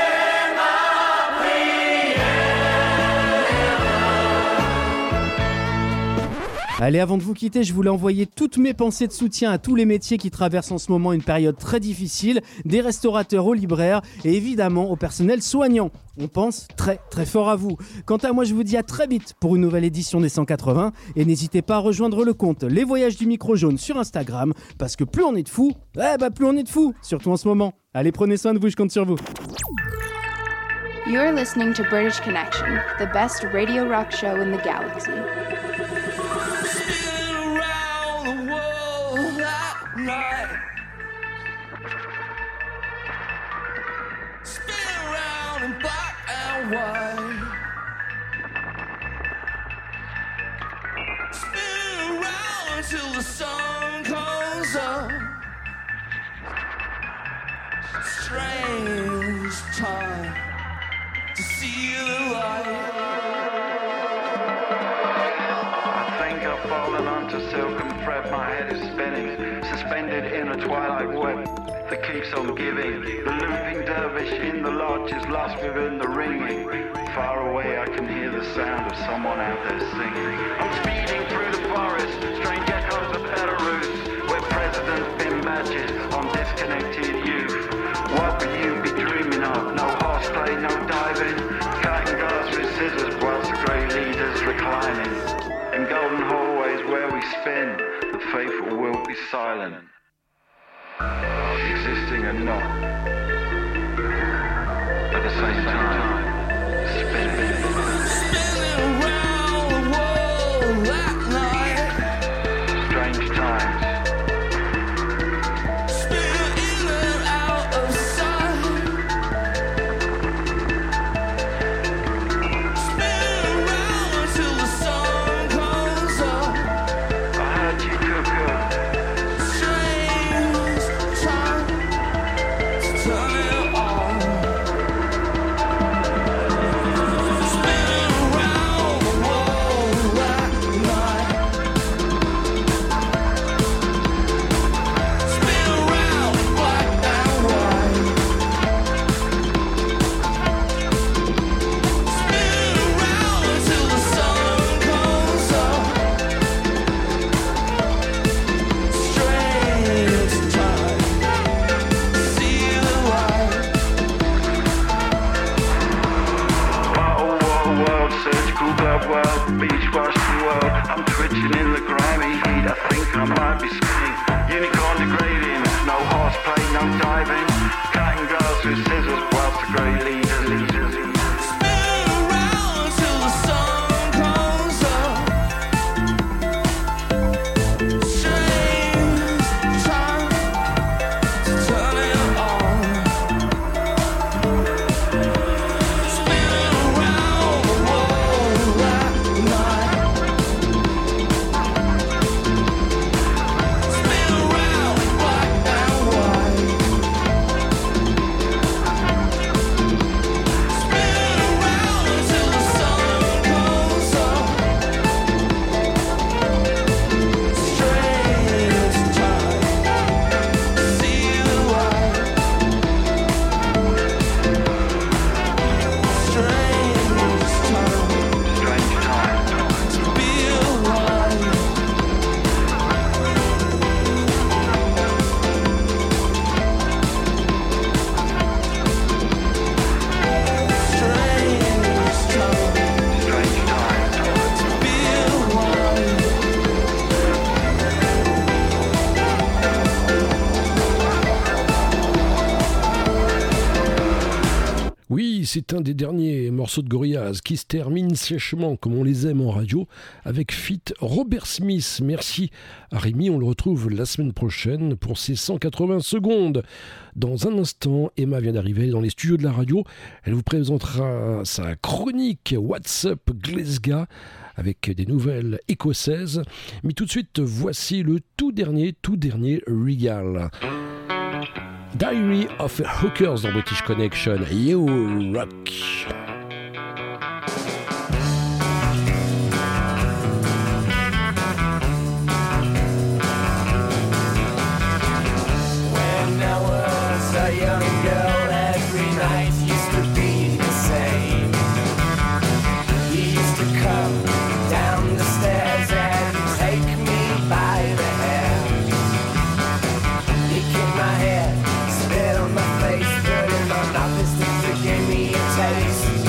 S24: Allez, avant de vous quitter, je voulais envoyer toutes mes pensées de soutien à tous les métiers qui traversent en ce moment une période très difficile, des restaurateurs aux libraires et évidemment au personnel soignant. On pense très très fort à vous. Quant à moi, je vous dis à très vite pour une nouvelle édition des 180 et n'hésitez pas à rejoindre le compte Les Voyages du Micro Jaune sur Instagram parce que plus on est de fous, plus on est de fous, surtout en ce moment. Allez, prenez soin de vous, je compte sur vous.
S5: You're listening to British Connection, the best radio rock show in the galaxy.
S2: Spin around in black and white. Spin around until the sun comes up. Strange time to see the light.
S25: I think I've fallen onto silken thread. My head is spinning, suspended in a twilight web. that keeps on giving. The looping dervish in the lodge is lost within the ringing. Far away I can hear the sound of someone out there singing. I'm speeding through the forest, strange echoes of Belarus, where presidents pin badges on disconnected youth. What will you be dreaming of? No horseplay, no diving, cutting glass with scissors whilst the grey leaders reclining. In golden hallways where we spin, the faithful will be silent, existing and not, at the same time, spinning. Spinning around the world that night. Strange times.
S9: C'est un des derniers morceaux de Gorillaz qui se termine sèchement comme on les aime en radio avec feat Robert Smith. Merci à Rémi, on le retrouve la semaine prochaine pour ses 180 secondes. Dans un instant, Emma vient d'arriver dans les studios de la radio. Elle vous présentera sa chronique What's Up Glasgow avec des nouvelles écossaises. Mais tout de suite, voici le tout dernier Regal. Diary of a Hookers dans British Connection. You rock.
S2: When I was a young girl, every night used to be the same. He used to come down the stairs and take me by the hair. He kicked my head, spit on my face, put him on opposite to give me a taste.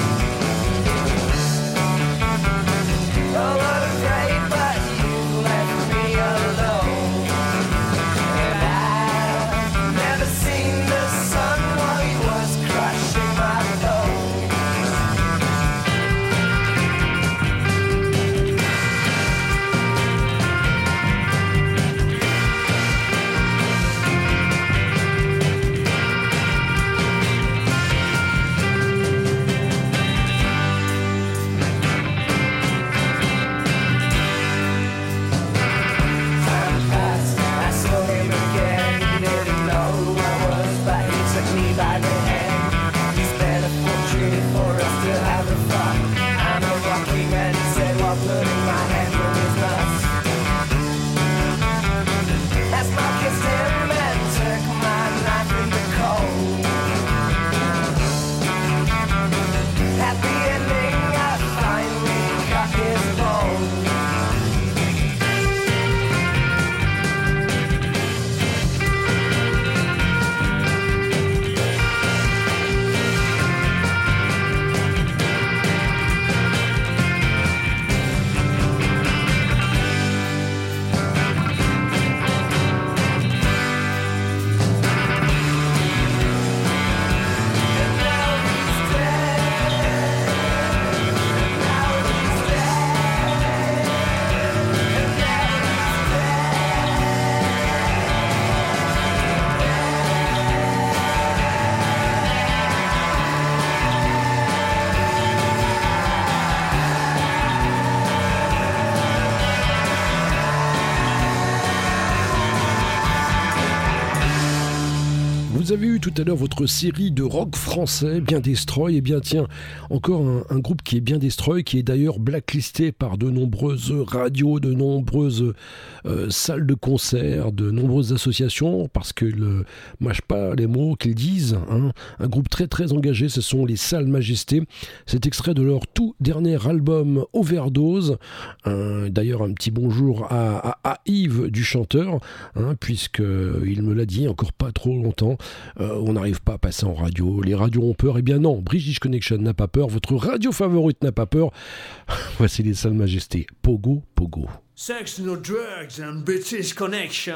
S9: vous avez eu tout à l'heure votre série de rock français, bien Destroy. Et bien tiens, encore un groupe qui est bien Destroy, qui est d'ailleurs blacklisté par de nombreuses radios, de nombreuses salles de concert, de nombreuses associations, parce qu'ils ne mâchent pas les mots qu'ils disent. Hein. Un groupe très très engagé, ce sont les Sales Majestés. C'est extrait de leur tout dernier album Overdose. D'ailleurs, un petit bonjour à Yves du chanteur, hein, puisqu'il me l'a dit encore pas trop longtemps. On n'arrive pas à passer en radio. Les radios ont peur. Eh bien non, British Connection n'a pas peur. Votre radio favorite n'a pas peur. Voici les Sales Majestés. Pogo, Pogo.
S6: Sex, no drugs and British Connection.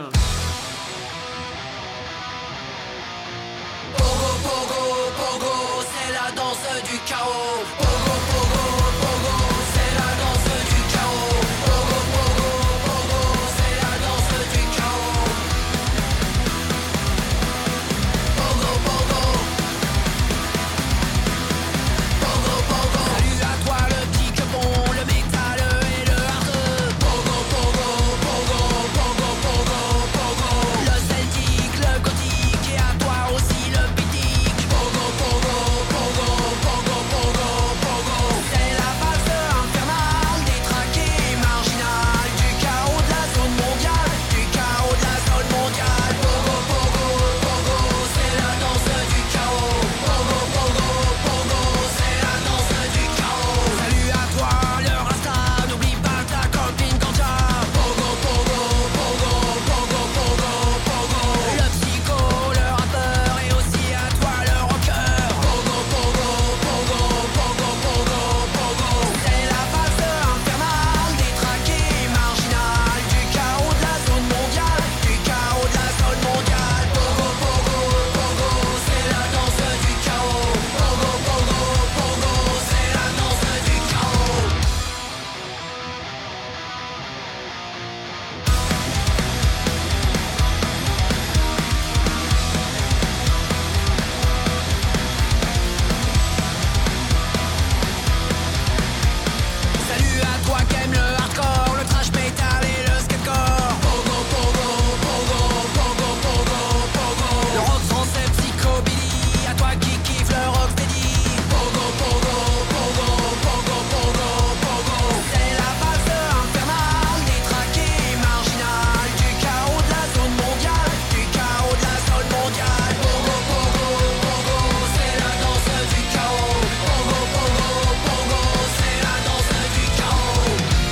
S2: Pogo, pogo, pogo, c'est la danse du chaos. Pogo, pogo, pogo, c'est la danse du chaos. Pogo, pogo, pogo, c'est la danse du chaos. Pogo, pogo. Pogo, pogo. Salut à toi le petit quepon, le métal et le hardeux. Pogo, pogo, pogo, pogo, pogo, pogo. Le celtique, le gothique et à toi aussi le pitique. Pogo, pogo, pogo, pogo, pogo, pogo. C'est la valse infernale, détraquée, marginale, du chaos de la zone mondiale, du chaos de la zone mondiale. Pogo, pogo, pogo, c'est la danse du chaos. Pogo, pogo, pogo, c'est la danse du chaos. Salut à toi le rasta, n'oublie pas ta copine ganja. Pogo, pogo, pogo, pogo, pogo, pogo. Le psycho, le rappeur et aussi à toi le rocker. Pogo, pogo, pogo, pogo, pogo, pogo. C'est la valse infernale, détraquée, marginale, du chaos de la zone mondiale, du chaos de la zone mondiale. Pogo, pogo, pogo, c'est la danse du chaos. Pogo, pogo, pogo, c'est la danse du chaos. Salut à toi qui aime le hardcore, le trash metal et le skatecore. Pogo, pogo, pogo, pogo, pogo, pogo. Le rock français psychobilly, à toi qui kiffe le rocksteady. Pogo, pogo, pogo, pogo, pogo, pogo. C'est la valse infernale, détraquée, marginale, du chaos de la zone mondiale, du chaos de la zone mondiale. Pogo, pogo, pogo, c'est la danse du chaos. Pogo, pogo, pogo, c'est la danse du chaos.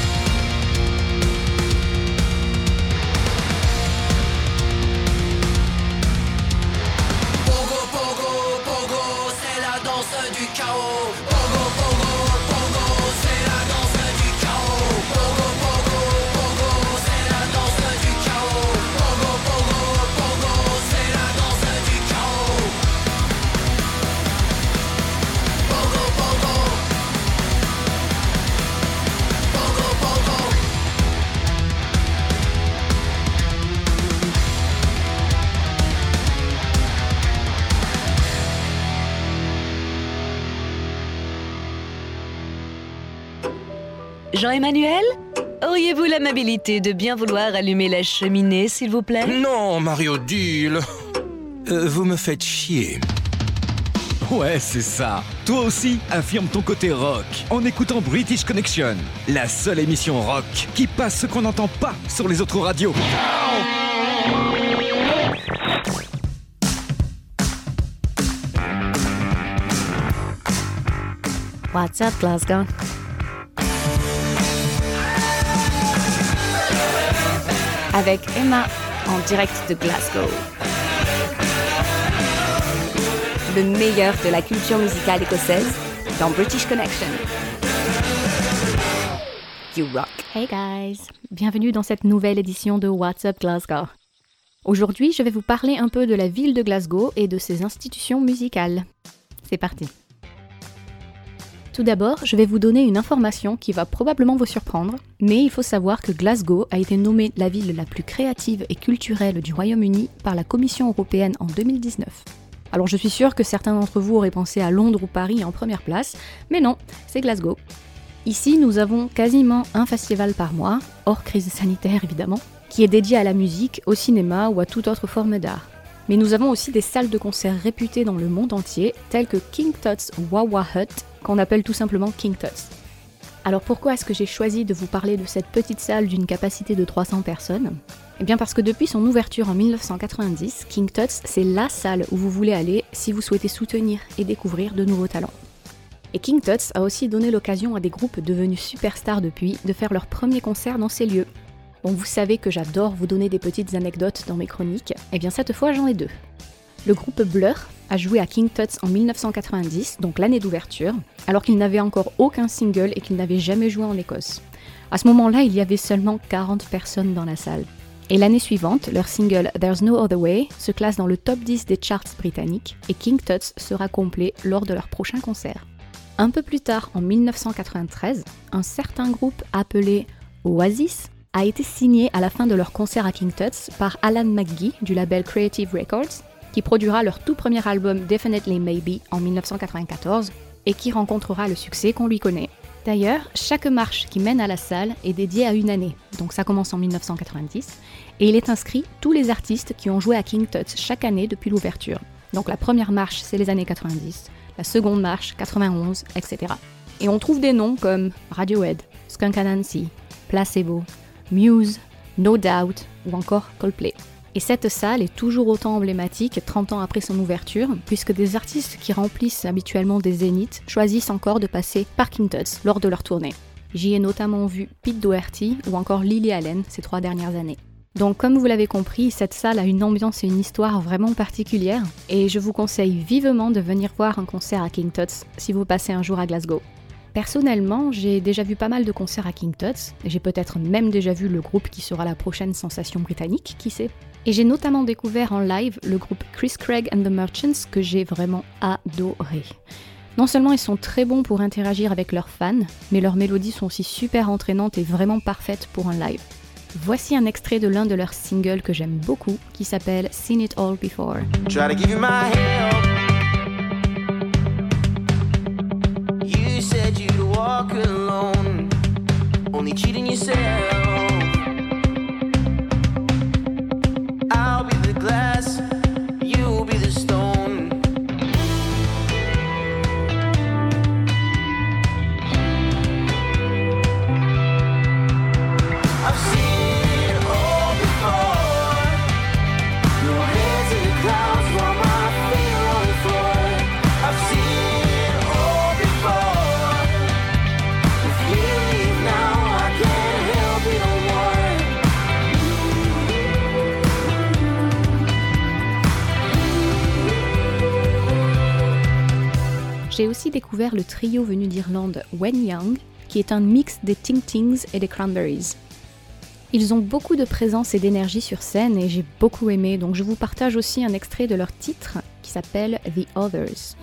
S2: Pogo, pogo, pogo, c'est la danse du chaos. Pogo, pogo, pogo, c'est la danse du chaos. Pogo, pogo, pogo, c'est la danse du chaos. Pogo, pogo, pogo, c'est la danse du chaos. Pogo, pogo. Pogo, pogo.
S1: Jean-Emmanuel, auriez-vous l'amabilité de bien vouloir allumer la cheminée, s'il vous plaît?
S13: Non, Marie-Odile. Vous me faites chier.
S16: Ouais, c'est ça. Toi aussi, affirme ton côté rock en écoutant British Connection, la seule émission rock qui passe ce qu'on n'entend pas sur les autres radios.
S14: What's up, Glasgow? Avec Emma en direct de Glasgow. Le meilleur de la culture musicale écossaise dans British Connection. You rock. Hey guys, bienvenue dans cette nouvelle édition de What's Up Glasgow. Aujourd'hui, je vais vous parler un peu de la ville de Glasgow et de ses institutions musicales. C'est parti. Tout d'abord, je vais vous donner une information qui va probablement vous surprendre, mais il faut savoir que Glasgow a été nommée la ville la plus créative et culturelle du Royaume-Uni par la Commission européenne en 2019. Alors je suis sûre que certains d'entre vous auraient pensé à Londres ou Paris en première place, mais non, c'est Glasgow. Ici, nous avons quasiment un festival par mois, hors crise sanitaire évidemment, qui est dédié à la musique, au cinéma ou à toute autre forme d'art. Mais nous avons aussi des salles de concert réputées dans le monde entier, telles que King Tut's Wah-Wah Hut, qu'on appelle tout simplement King Tut's. Alors pourquoi est-ce que j'ai choisi de vous parler de cette petite salle d'une capacité de 300 personnes ? Eh bien parce que depuis son ouverture en 1990, King Tut's, c'est la salle où vous voulez aller si vous souhaitez soutenir et découvrir de nouveaux talents. Et King Tut's a aussi donné l'occasion à des groupes devenus superstars depuis de faire leur premier concert dans ces lieux. Bon, vous savez que j'adore vous donner des petites anecdotes dans mes chroniques, et bien cette fois j'en ai deux. Le groupe Blur a joué à King Tut's en 1990, donc l'année d'ouverture, alors qu'il n'avait encore aucun single et qu'il n'avait jamais joué en Écosse. À ce moment-là, il y avait seulement 40 personnes dans la salle. Et l'année suivante, leur single There's No Other Way se classe dans le top 10 des charts britanniques et King Tut's sera complet lors de leur prochain concert. Un peu plus tard, en 1993, un certain groupe appelé Oasis a été signé à la fin de leur concert à King Tut's par Alan McGee du label Creative Records, qui produira leur tout premier album Definitely Maybe en 1994 et qui rencontrera le succès qu'on lui connaît. D'ailleurs, chaque marche qui mène à la salle est dédiée à une année, donc ça commence en 1990, et il est inscrit tous les artistes qui ont joué à King Tut's chaque année depuis l'ouverture. Donc la première marche, c'est les années 90, la seconde marche, 91, etc. Et on trouve des noms comme Radiohead, Skunk Anansie, Placebo, Muse, No Doubt ou encore Coldplay. Et cette salle est toujours autant emblématique 30 ans après son ouverture, puisque des artistes qui remplissent habituellement des zéniths choisissent encore de passer par King Tut's lors de leur tournée. J'y ai notamment vu Pete Doherty ou encore Lily Allen ces 3 dernières années. Donc comme vous l'avez compris, cette salle a une ambiance et une histoire vraiment particulières, et je vous conseille vivement de venir voir un concert à King Tut's si vous passez un jour à Glasgow. Personnellement, j'ai déjà vu pas mal de concerts à King Tut's, j'ai peut-être même déjà vu le groupe qui sera la prochaine sensation britannique, qui sait. Et j'ai notamment découvert en live le groupe Chris Craig and the Merchants que j'ai vraiment adoré. Non seulement ils sont très bons pour interagir avec leurs fans, mais leurs mélodies sont aussi super entraînantes et vraiment parfaites pour un live. Voici un extrait de l'un de leurs singles que j'aime beaucoup, qui s'appelle Seen It All Before.
S2: Try to give you my help. You said you'd walk alone, only cheating yourself. I'll be the glass, you'll be the stone. I've seen it all before. Your hands in the clouds while my feet are on the floor. I've seen it all before. If you leave now, I can't help it no more.
S14: J'ai aussi découvert le trio venu d'Irlande When Young, qui est un mix des Ting Tings et des Cranberries. Ils ont beaucoup de présence et d'énergie sur scène et j'ai beaucoup aimé, donc je vous partage aussi un extrait de leur titre qui s'appelle The Others.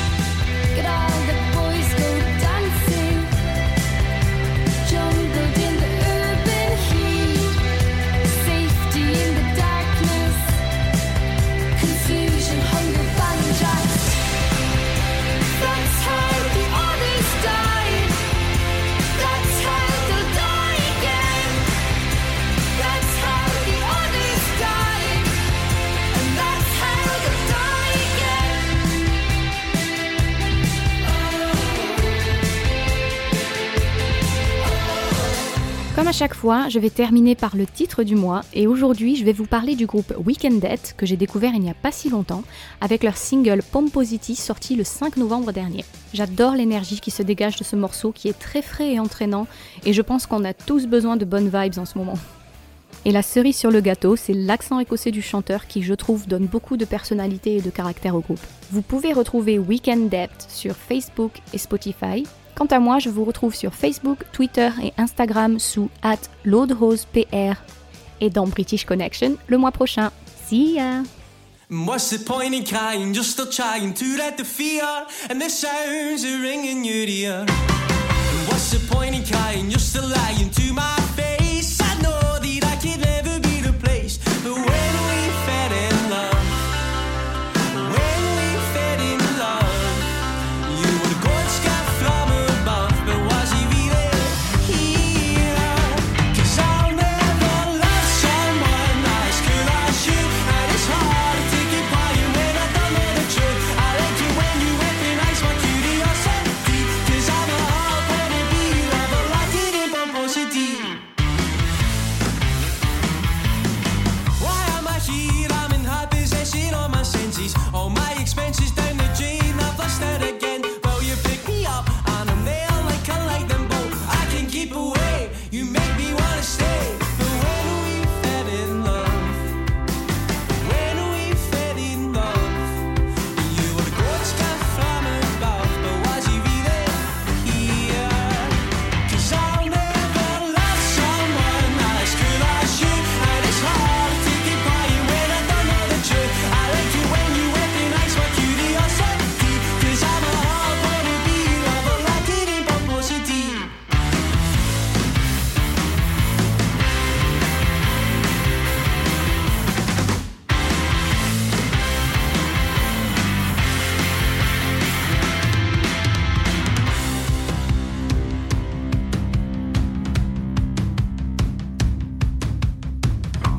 S14: Comme à chaque fois, je vais terminer par le titre du mois et aujourd'hui je vais vous parler du groupe Weekendette que j'ai découvert il n'y a pas si longtemps avec leur single Pomposity sorti le 5 novembre dernier. J'adore l'énergie qui se dégage de ce morceau qui est très frais et entraînant et je pense qu'on a tous besoin de bonnes vibes en ce moment. Et la cerise sur le gâteau, c'est l'accent écossais du chanteur qui, je trouve, donne beaucoup de personnalité et de caractère au groupe. Vous pouvez retrouver Weekendette sur Facebook et Spotify. Quant à moi, je vous retrouve sur Facebook, Twitter et Instagram sous @LoadHosePR et dans British Connection le mois prochain. See ya!
S2: What's the point in crying? You're still trying to let the fear and the sounds are ringing your ear. What's the point in crying? You're still lying to my face. I know that I can never be replaced. But when we fell in love, when we fell in love, you were the good sky from above, but was he really here? 'Cause I'll never love someone as good as you, and it's hard to get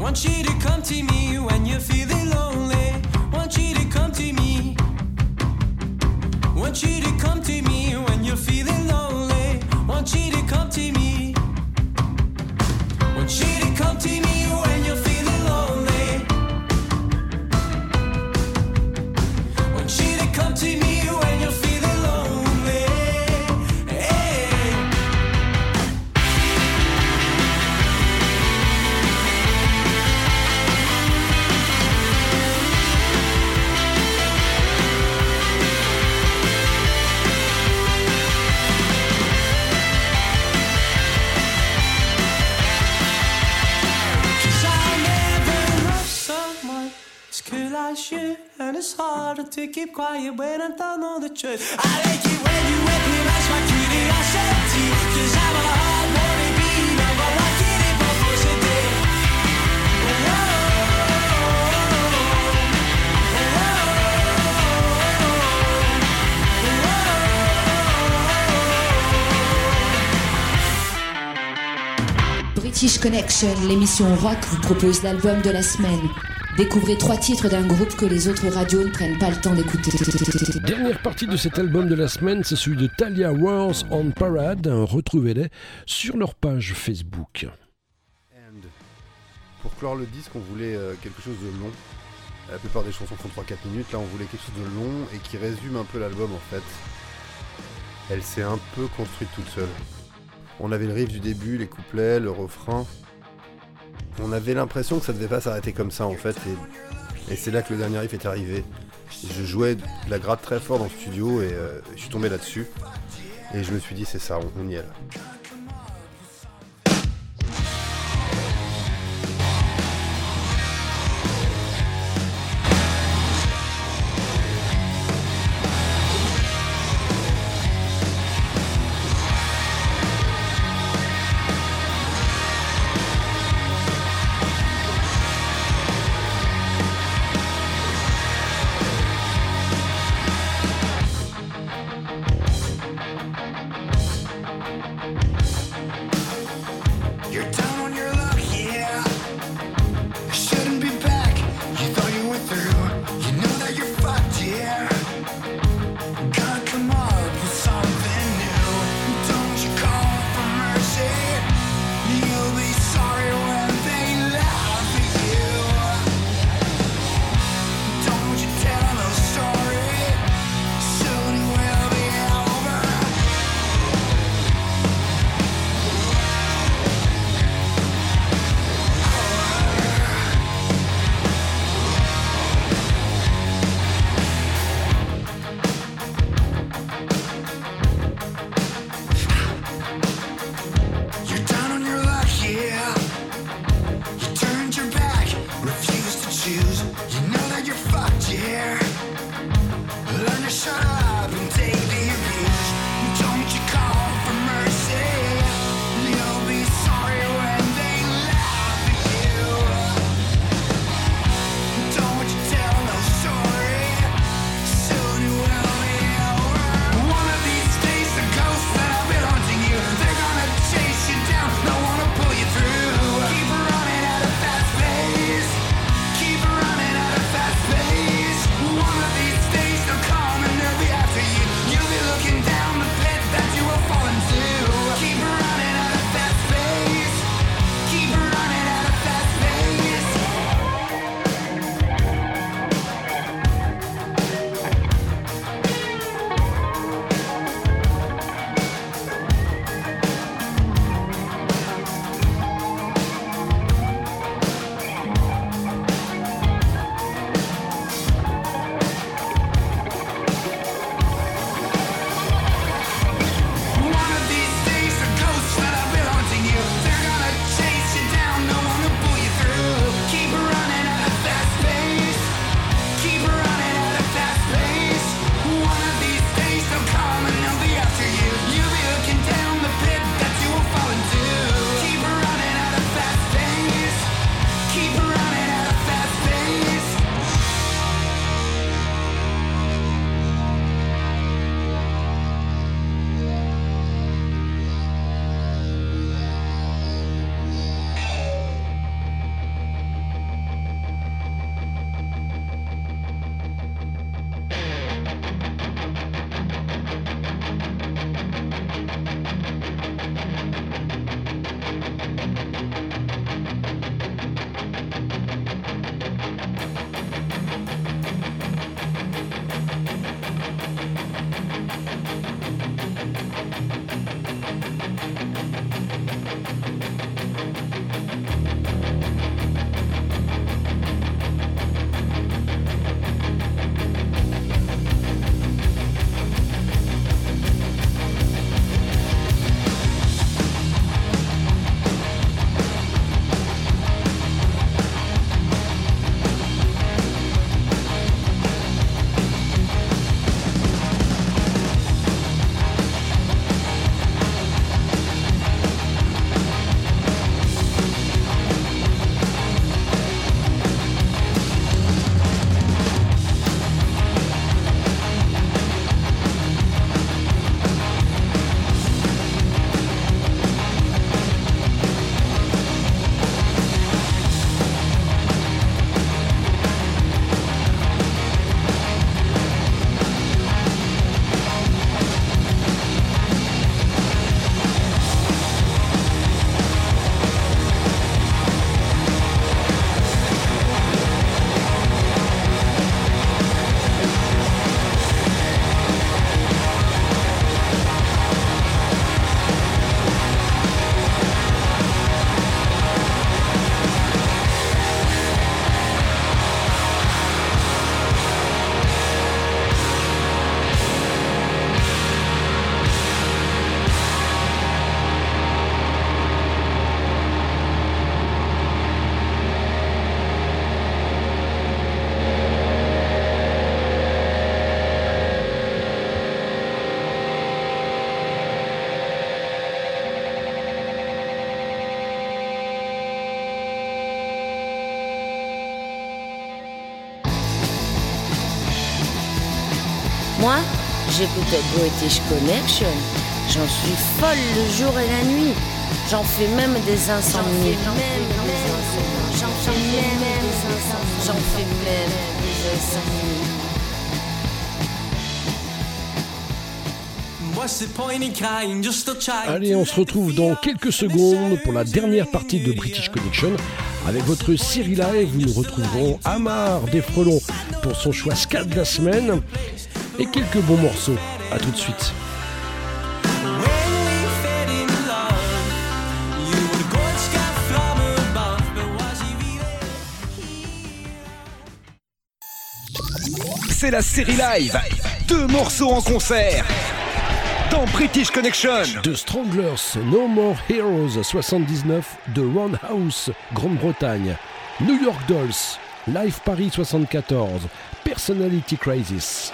S2: Want you to come to me when you're feeling lonely. Want you to come to me. Want you to come to me when you're feeling lonely. Want you to come to me. Want you to come to me when you're feeling lonely. Want you to come to me when you're feeling lonely. Hey. You, and it's harder to keep quiet when I don't know the truth. I like it when you recognize my curiosity, 'cause I'm a hard-boiled bean, I'm a rocket in my possédé.
S4: British Connection, l'émission rock, vous propose l'album de la semaine. Découvrez 3 titres d'un groupe que les autres radios ne prennent pas le temps d'écouter.
S9: Dernière partie de cet album de la semaine, c'est celui de Thalia Wars on Parade. Retrouvez-les sur leur page Facebook.
S19: Pour clore le disque, on voulait quelque chose de long. La plupart des chansons font 3-4 minutes. Là, on voulait quelque chose de long et qui résume un peu l'album en fait. Elle s'est un peu construite toute seule. On avait le riff du début, les couplets, le refrain. On avait l'impression que ça devait pas s'arrêter comme ça en fait, et c'est là que le dernier riff est arrivé. Je jouais de la gratte très fort dans le studio et je suis tombé là-dessus et je me suis dit c'est ça, on y est là.
S3: Moi, j'écoutais British Connection. J'en suis folle le jour et la nuit. J'en fais même des insomnies. J'en fais même des insomnies.
S9: Allez, on se retrouve dans quelques secondes pour la dernière partie de British Connection. Avec votre série live, nous retrouverons Amar des Frelons pour son choix ska de la semaine et quelques bons morceaux. A tout de suite.
S16: C'est la série live. 2 morceaux en concert dans British Connection.
S9: The Stranglers, No More Heroes 79 de Roundhouse, Grande-Bretagne. New York Dolls, Live Paris 74, Personality Crisis.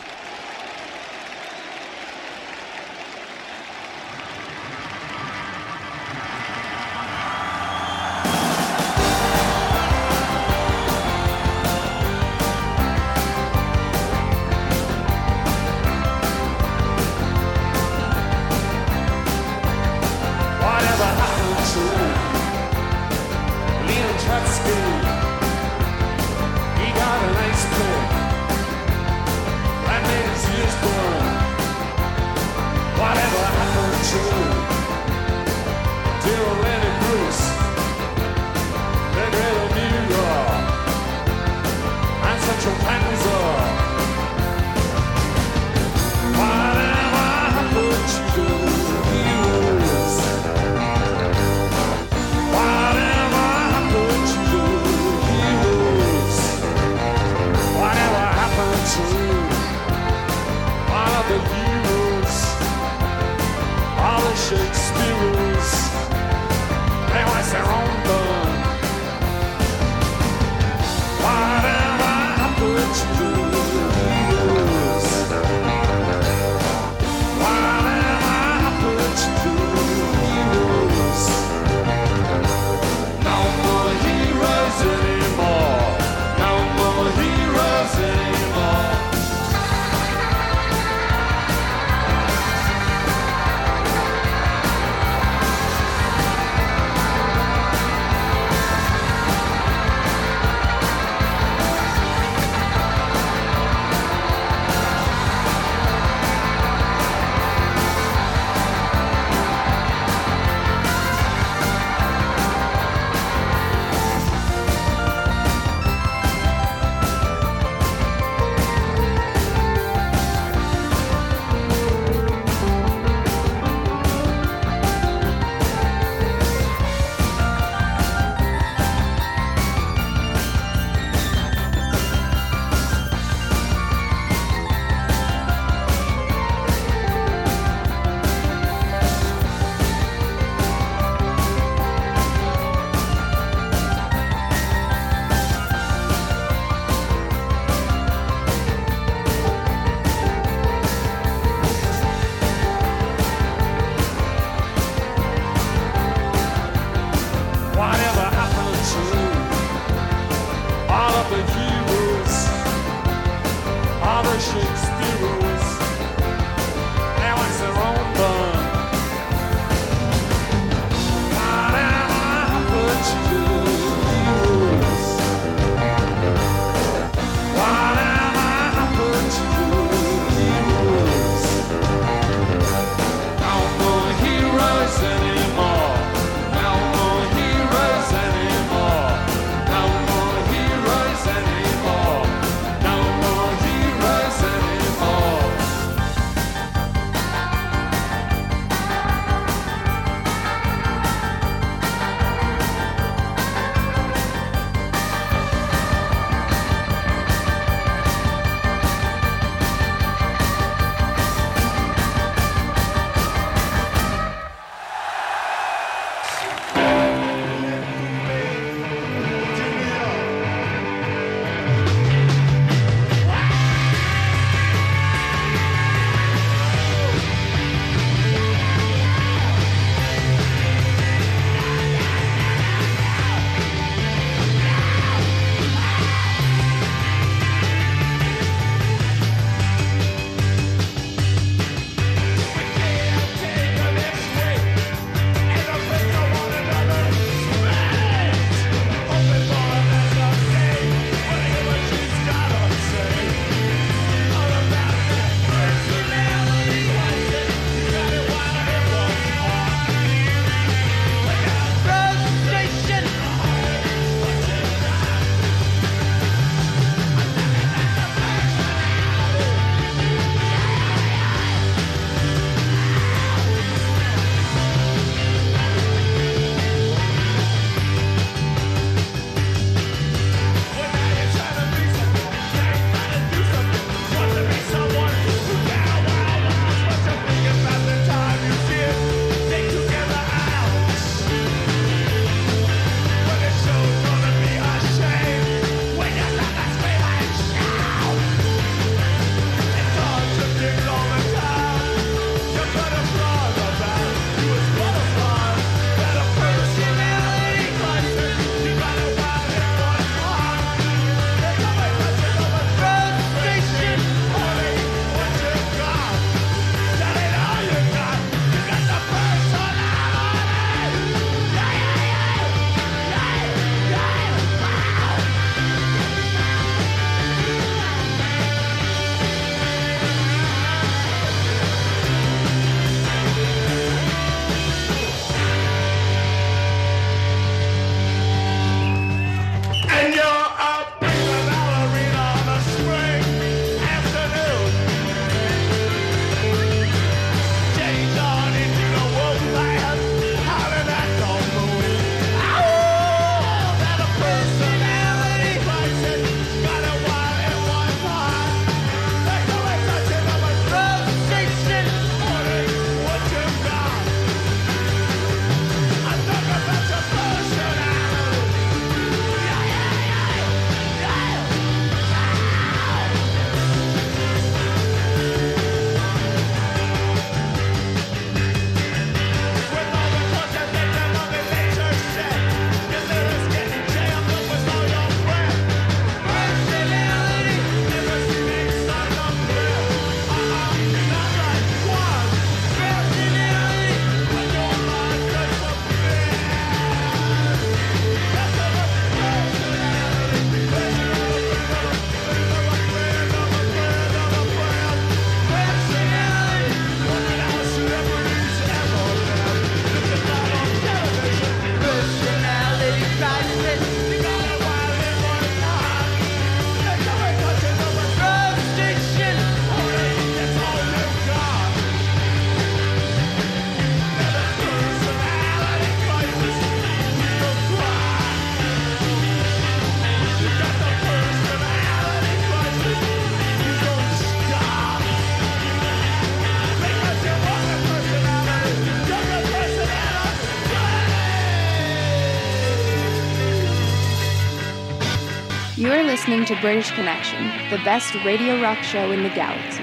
S5: You are listening to British Connection, the best radio rock show in the galaxy.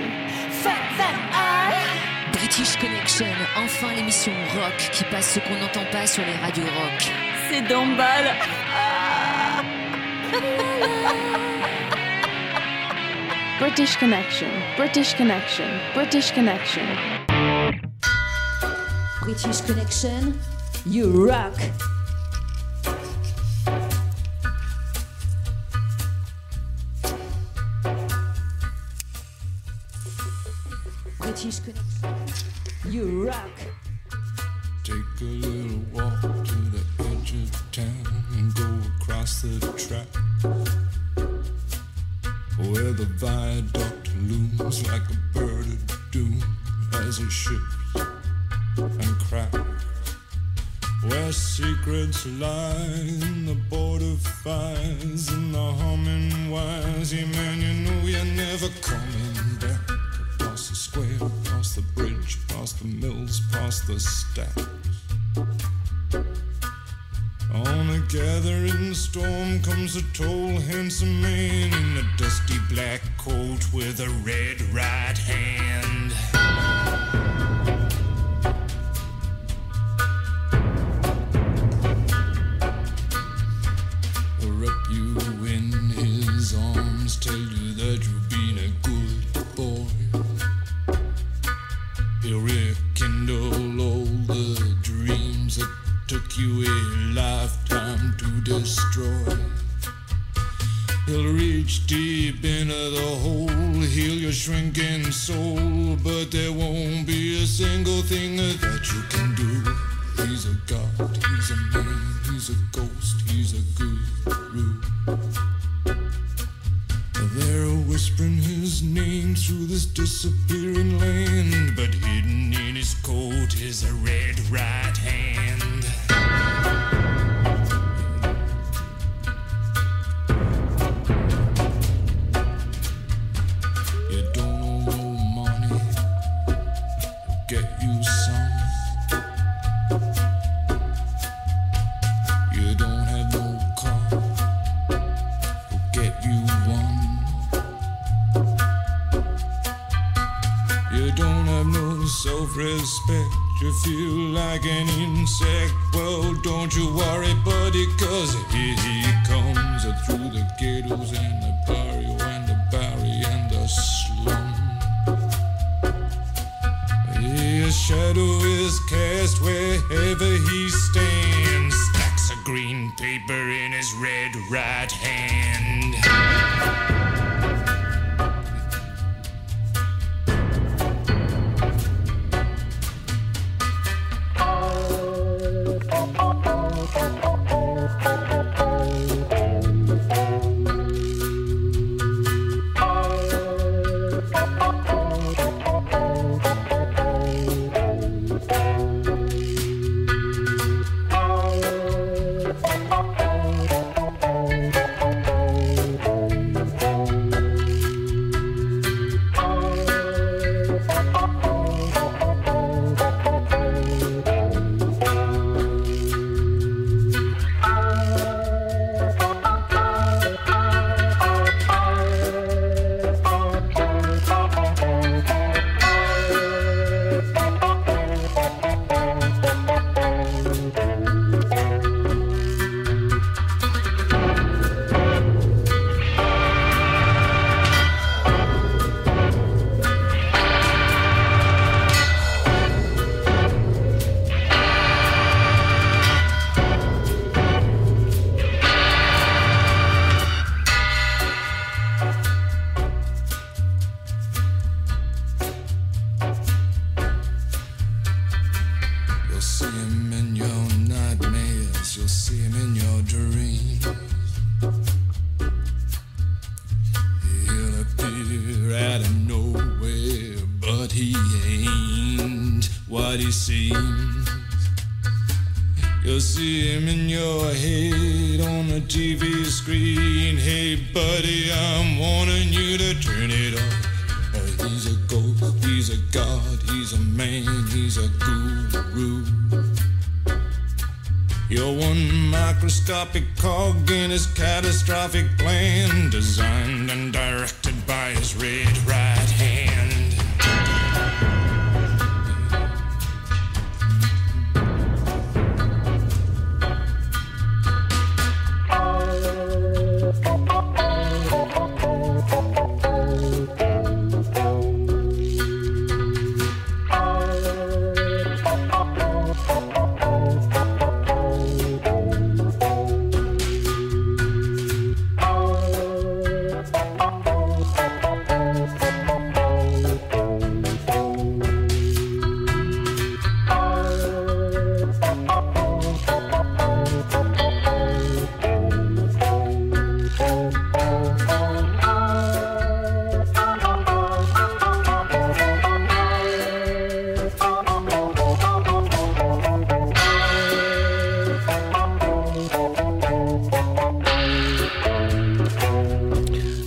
S4: British Connection, enfin l'émission rock qui passe ce qu'on n'entend pas sur les radios rock.
S1: C'est Dombal.
S5: British Connection, British Connection, British Connection.
S4: British Connection, you rock. British Connection, you rock.
S10: Take a little walk to the edge of town and go across the track where the viaduct looms like a bird of doom as it shifts and cracks, where secrets lie in the border fires and the humming wires. Yeah, man, you know you're never coming back. Across the square, across the bridge, past the mills, past the stacks. On a gathering storm comes a tall, handsome man in a dusty black coat with a red right hand. Wrap you in his arms, tell you that you've been a good boy. He'll rekindle all the dreams that took you a lifetime to destroy. He'll reach deep into the hole, heal your shrinking soul, but there won't be a single thing that you can do. He's a god, he's a man, he's a ghost, he's a guru. They're whispering his name through this disappearing land, but hidden in his coat is a red right hand. You don't owe no money, he'll get you some. You don't have no car, he'll get you one. You don't have no self-respect, you feel like an insect. Well, don't you worry, buddy, cause here he comes through the ghettos and the barrio and the barry and the slum. His shadow is cast wherever he stands, stacks of green paper in his red right hand. Seems you'll see him in your head on the TV screen. Hey buddy, I'm warning you to turn it off. He's a ghost, he's a god, he's a man, he's a guru. You're one microscopic cog in his catastrophic plan, designed and directed by his red right hand.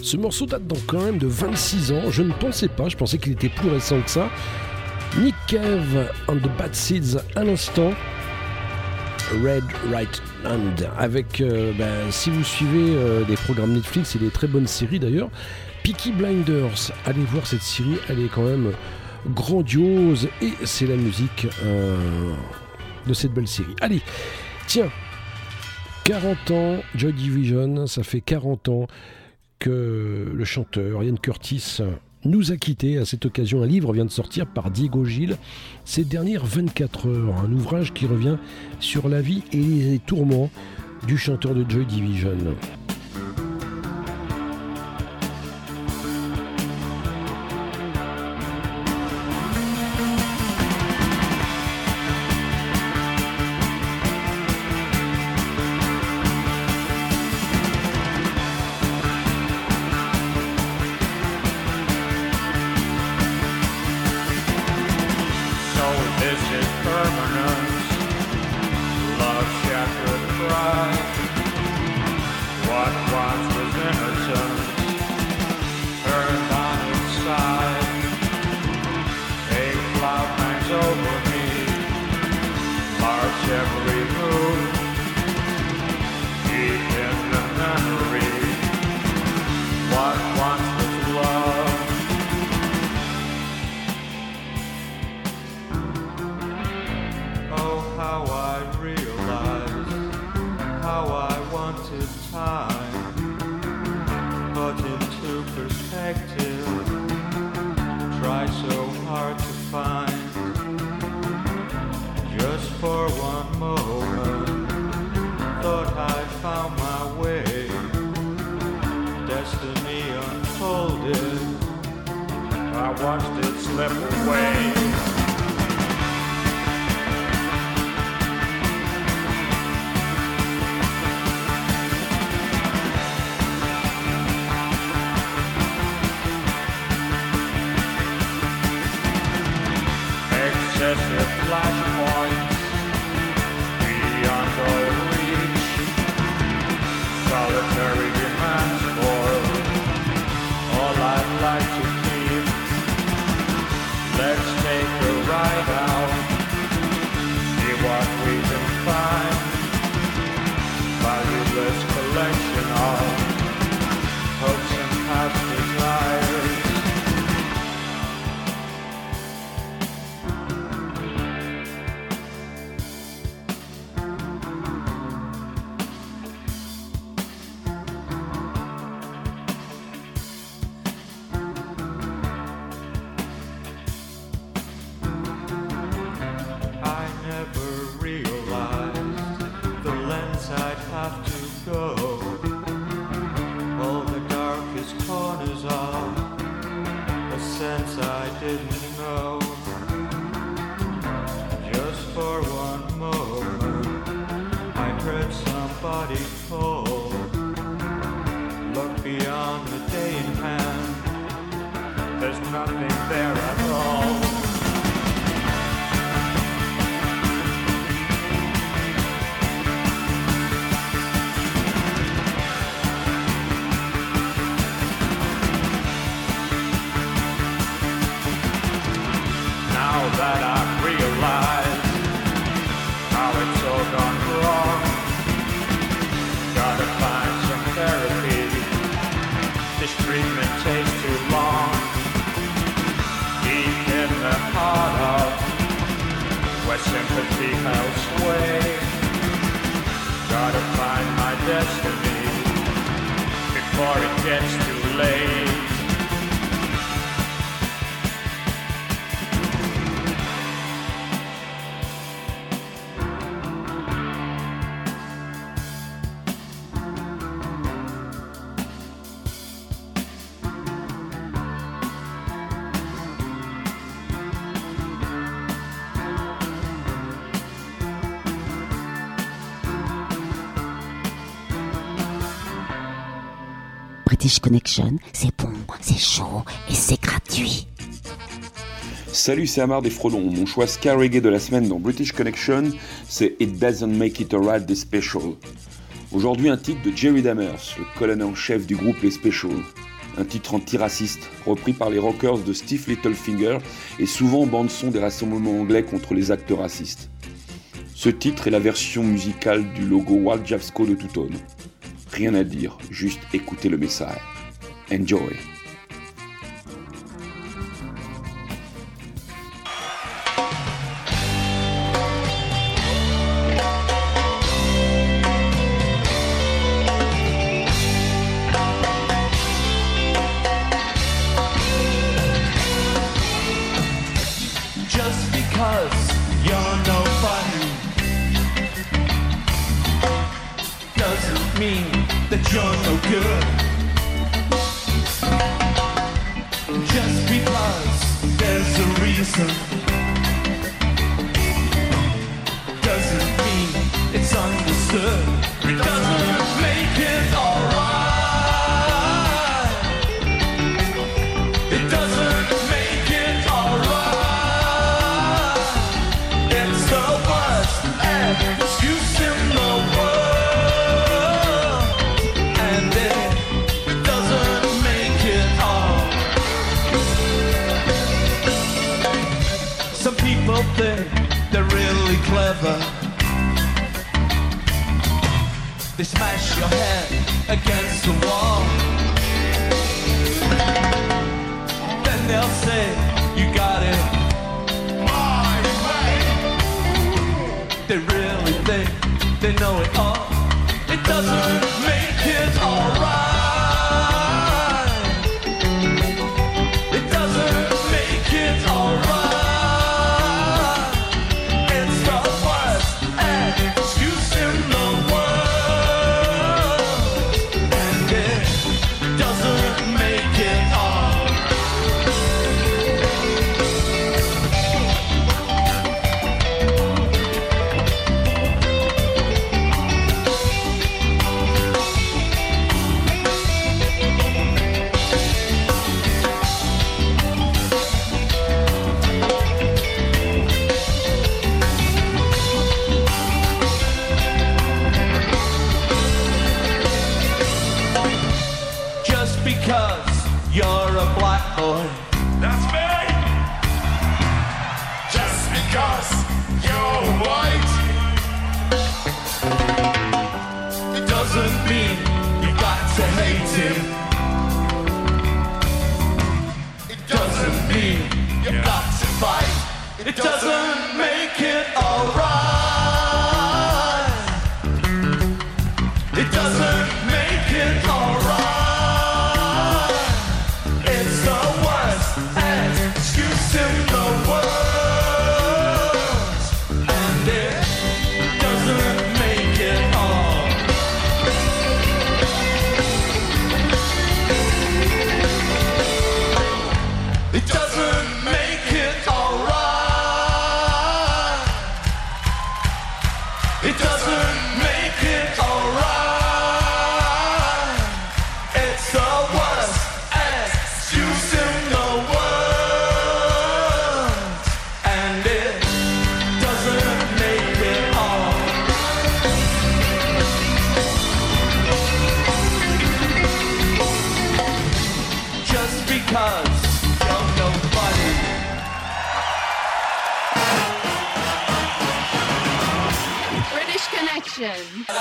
S9: Ce morceau date donc quand même de 26 ans. Je ne pensais pas, je pensais qu'il était plus récent que ça. Nick Cave and the Bad Seeds à l'instant. Red Right Hand. Avec, si vous suivez des programmes Netflix et des très bonnes séries d'ailleurs, Peaky Blinders, allez voir cette série, elle est quand même grandiose et c'est la musique de cette belle série. Allez, tiens, 40 ans, Joy Division, ça fait 40 ans que le chanteur Ian Curtis nous a quittés. À cette occasion, un livre vient de sortir par Diego Gil, Ces dernières 24 heures, un ouvrage qui revient sur la vie et les tourments du chanteur de Joy Division.
S7: British Connection, c'est bon, c'est chaud et c'est gratuit.
S15: Salut, c'est Amar des Frelons. Mon choix ska reggae de la semaine dans British Connection, c'est It Doesn't Make It Alright des Special. Aujourd'hui, un titre de Jerry Dammers, le colonel en chef du groupe Les Special. un titre antiraciste, repris par les rockers de Steve Littlefinger et souvent bande-son des rassemblements anglais contre les actes racistes. Ce titre est la version musicale du logo Wal Japsko de Tootone. Rien à dire, juste écoutez le message. Enjoy!
S2: Just because you're nobody doesn't mean that you're no good. Just because there's a reason doesn't mean it's understood. It doesn't make it alright. It doesn't make it alright. It's the worst excuse in the world, and it doesn't make it all. Some people think they're really clever. They smash your head against the wall. Then they'll say, you got it my way. They really think they know it all. It doesn't make it alright. It doesn't make it alright. It's the worst excuse in the world, and it doesn't make it all. Just because you're a black boy. That's me. Just because you're white, it doesn't mean you got to hate him. It doesn't mean you got to fight. It doesn't make it alright. It doesn't make it alright. It's the worst excuse in the world, and it doesn't make it all. It doesn't make it alright. It doesn't make it alright. It's the worst excuse in the world, and it doesn't make it all. Just because you're nobody.
S5: British Connection.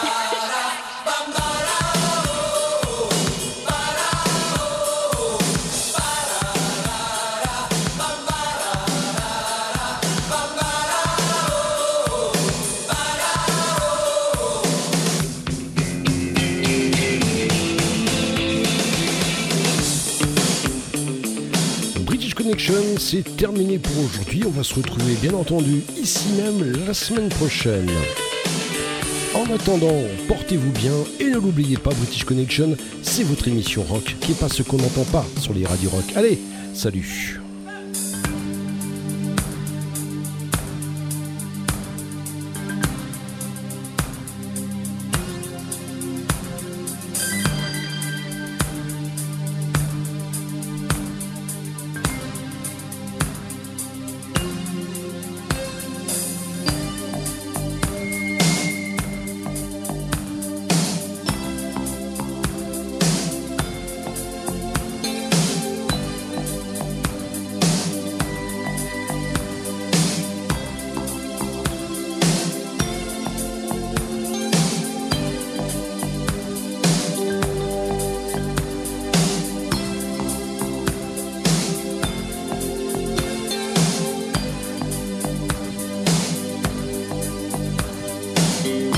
S9: British Connection, c'est terminé pour aujourd'hui. On va se retrouver bien entendu ici même la semaine prochaine. En attendant, portez-vous bien et ne l'oubliez pas, British Connection, c'est votre émission rock qui est pas ce qu'on n'entend pas sur les radios rock. Allez, salut!
S2: Thank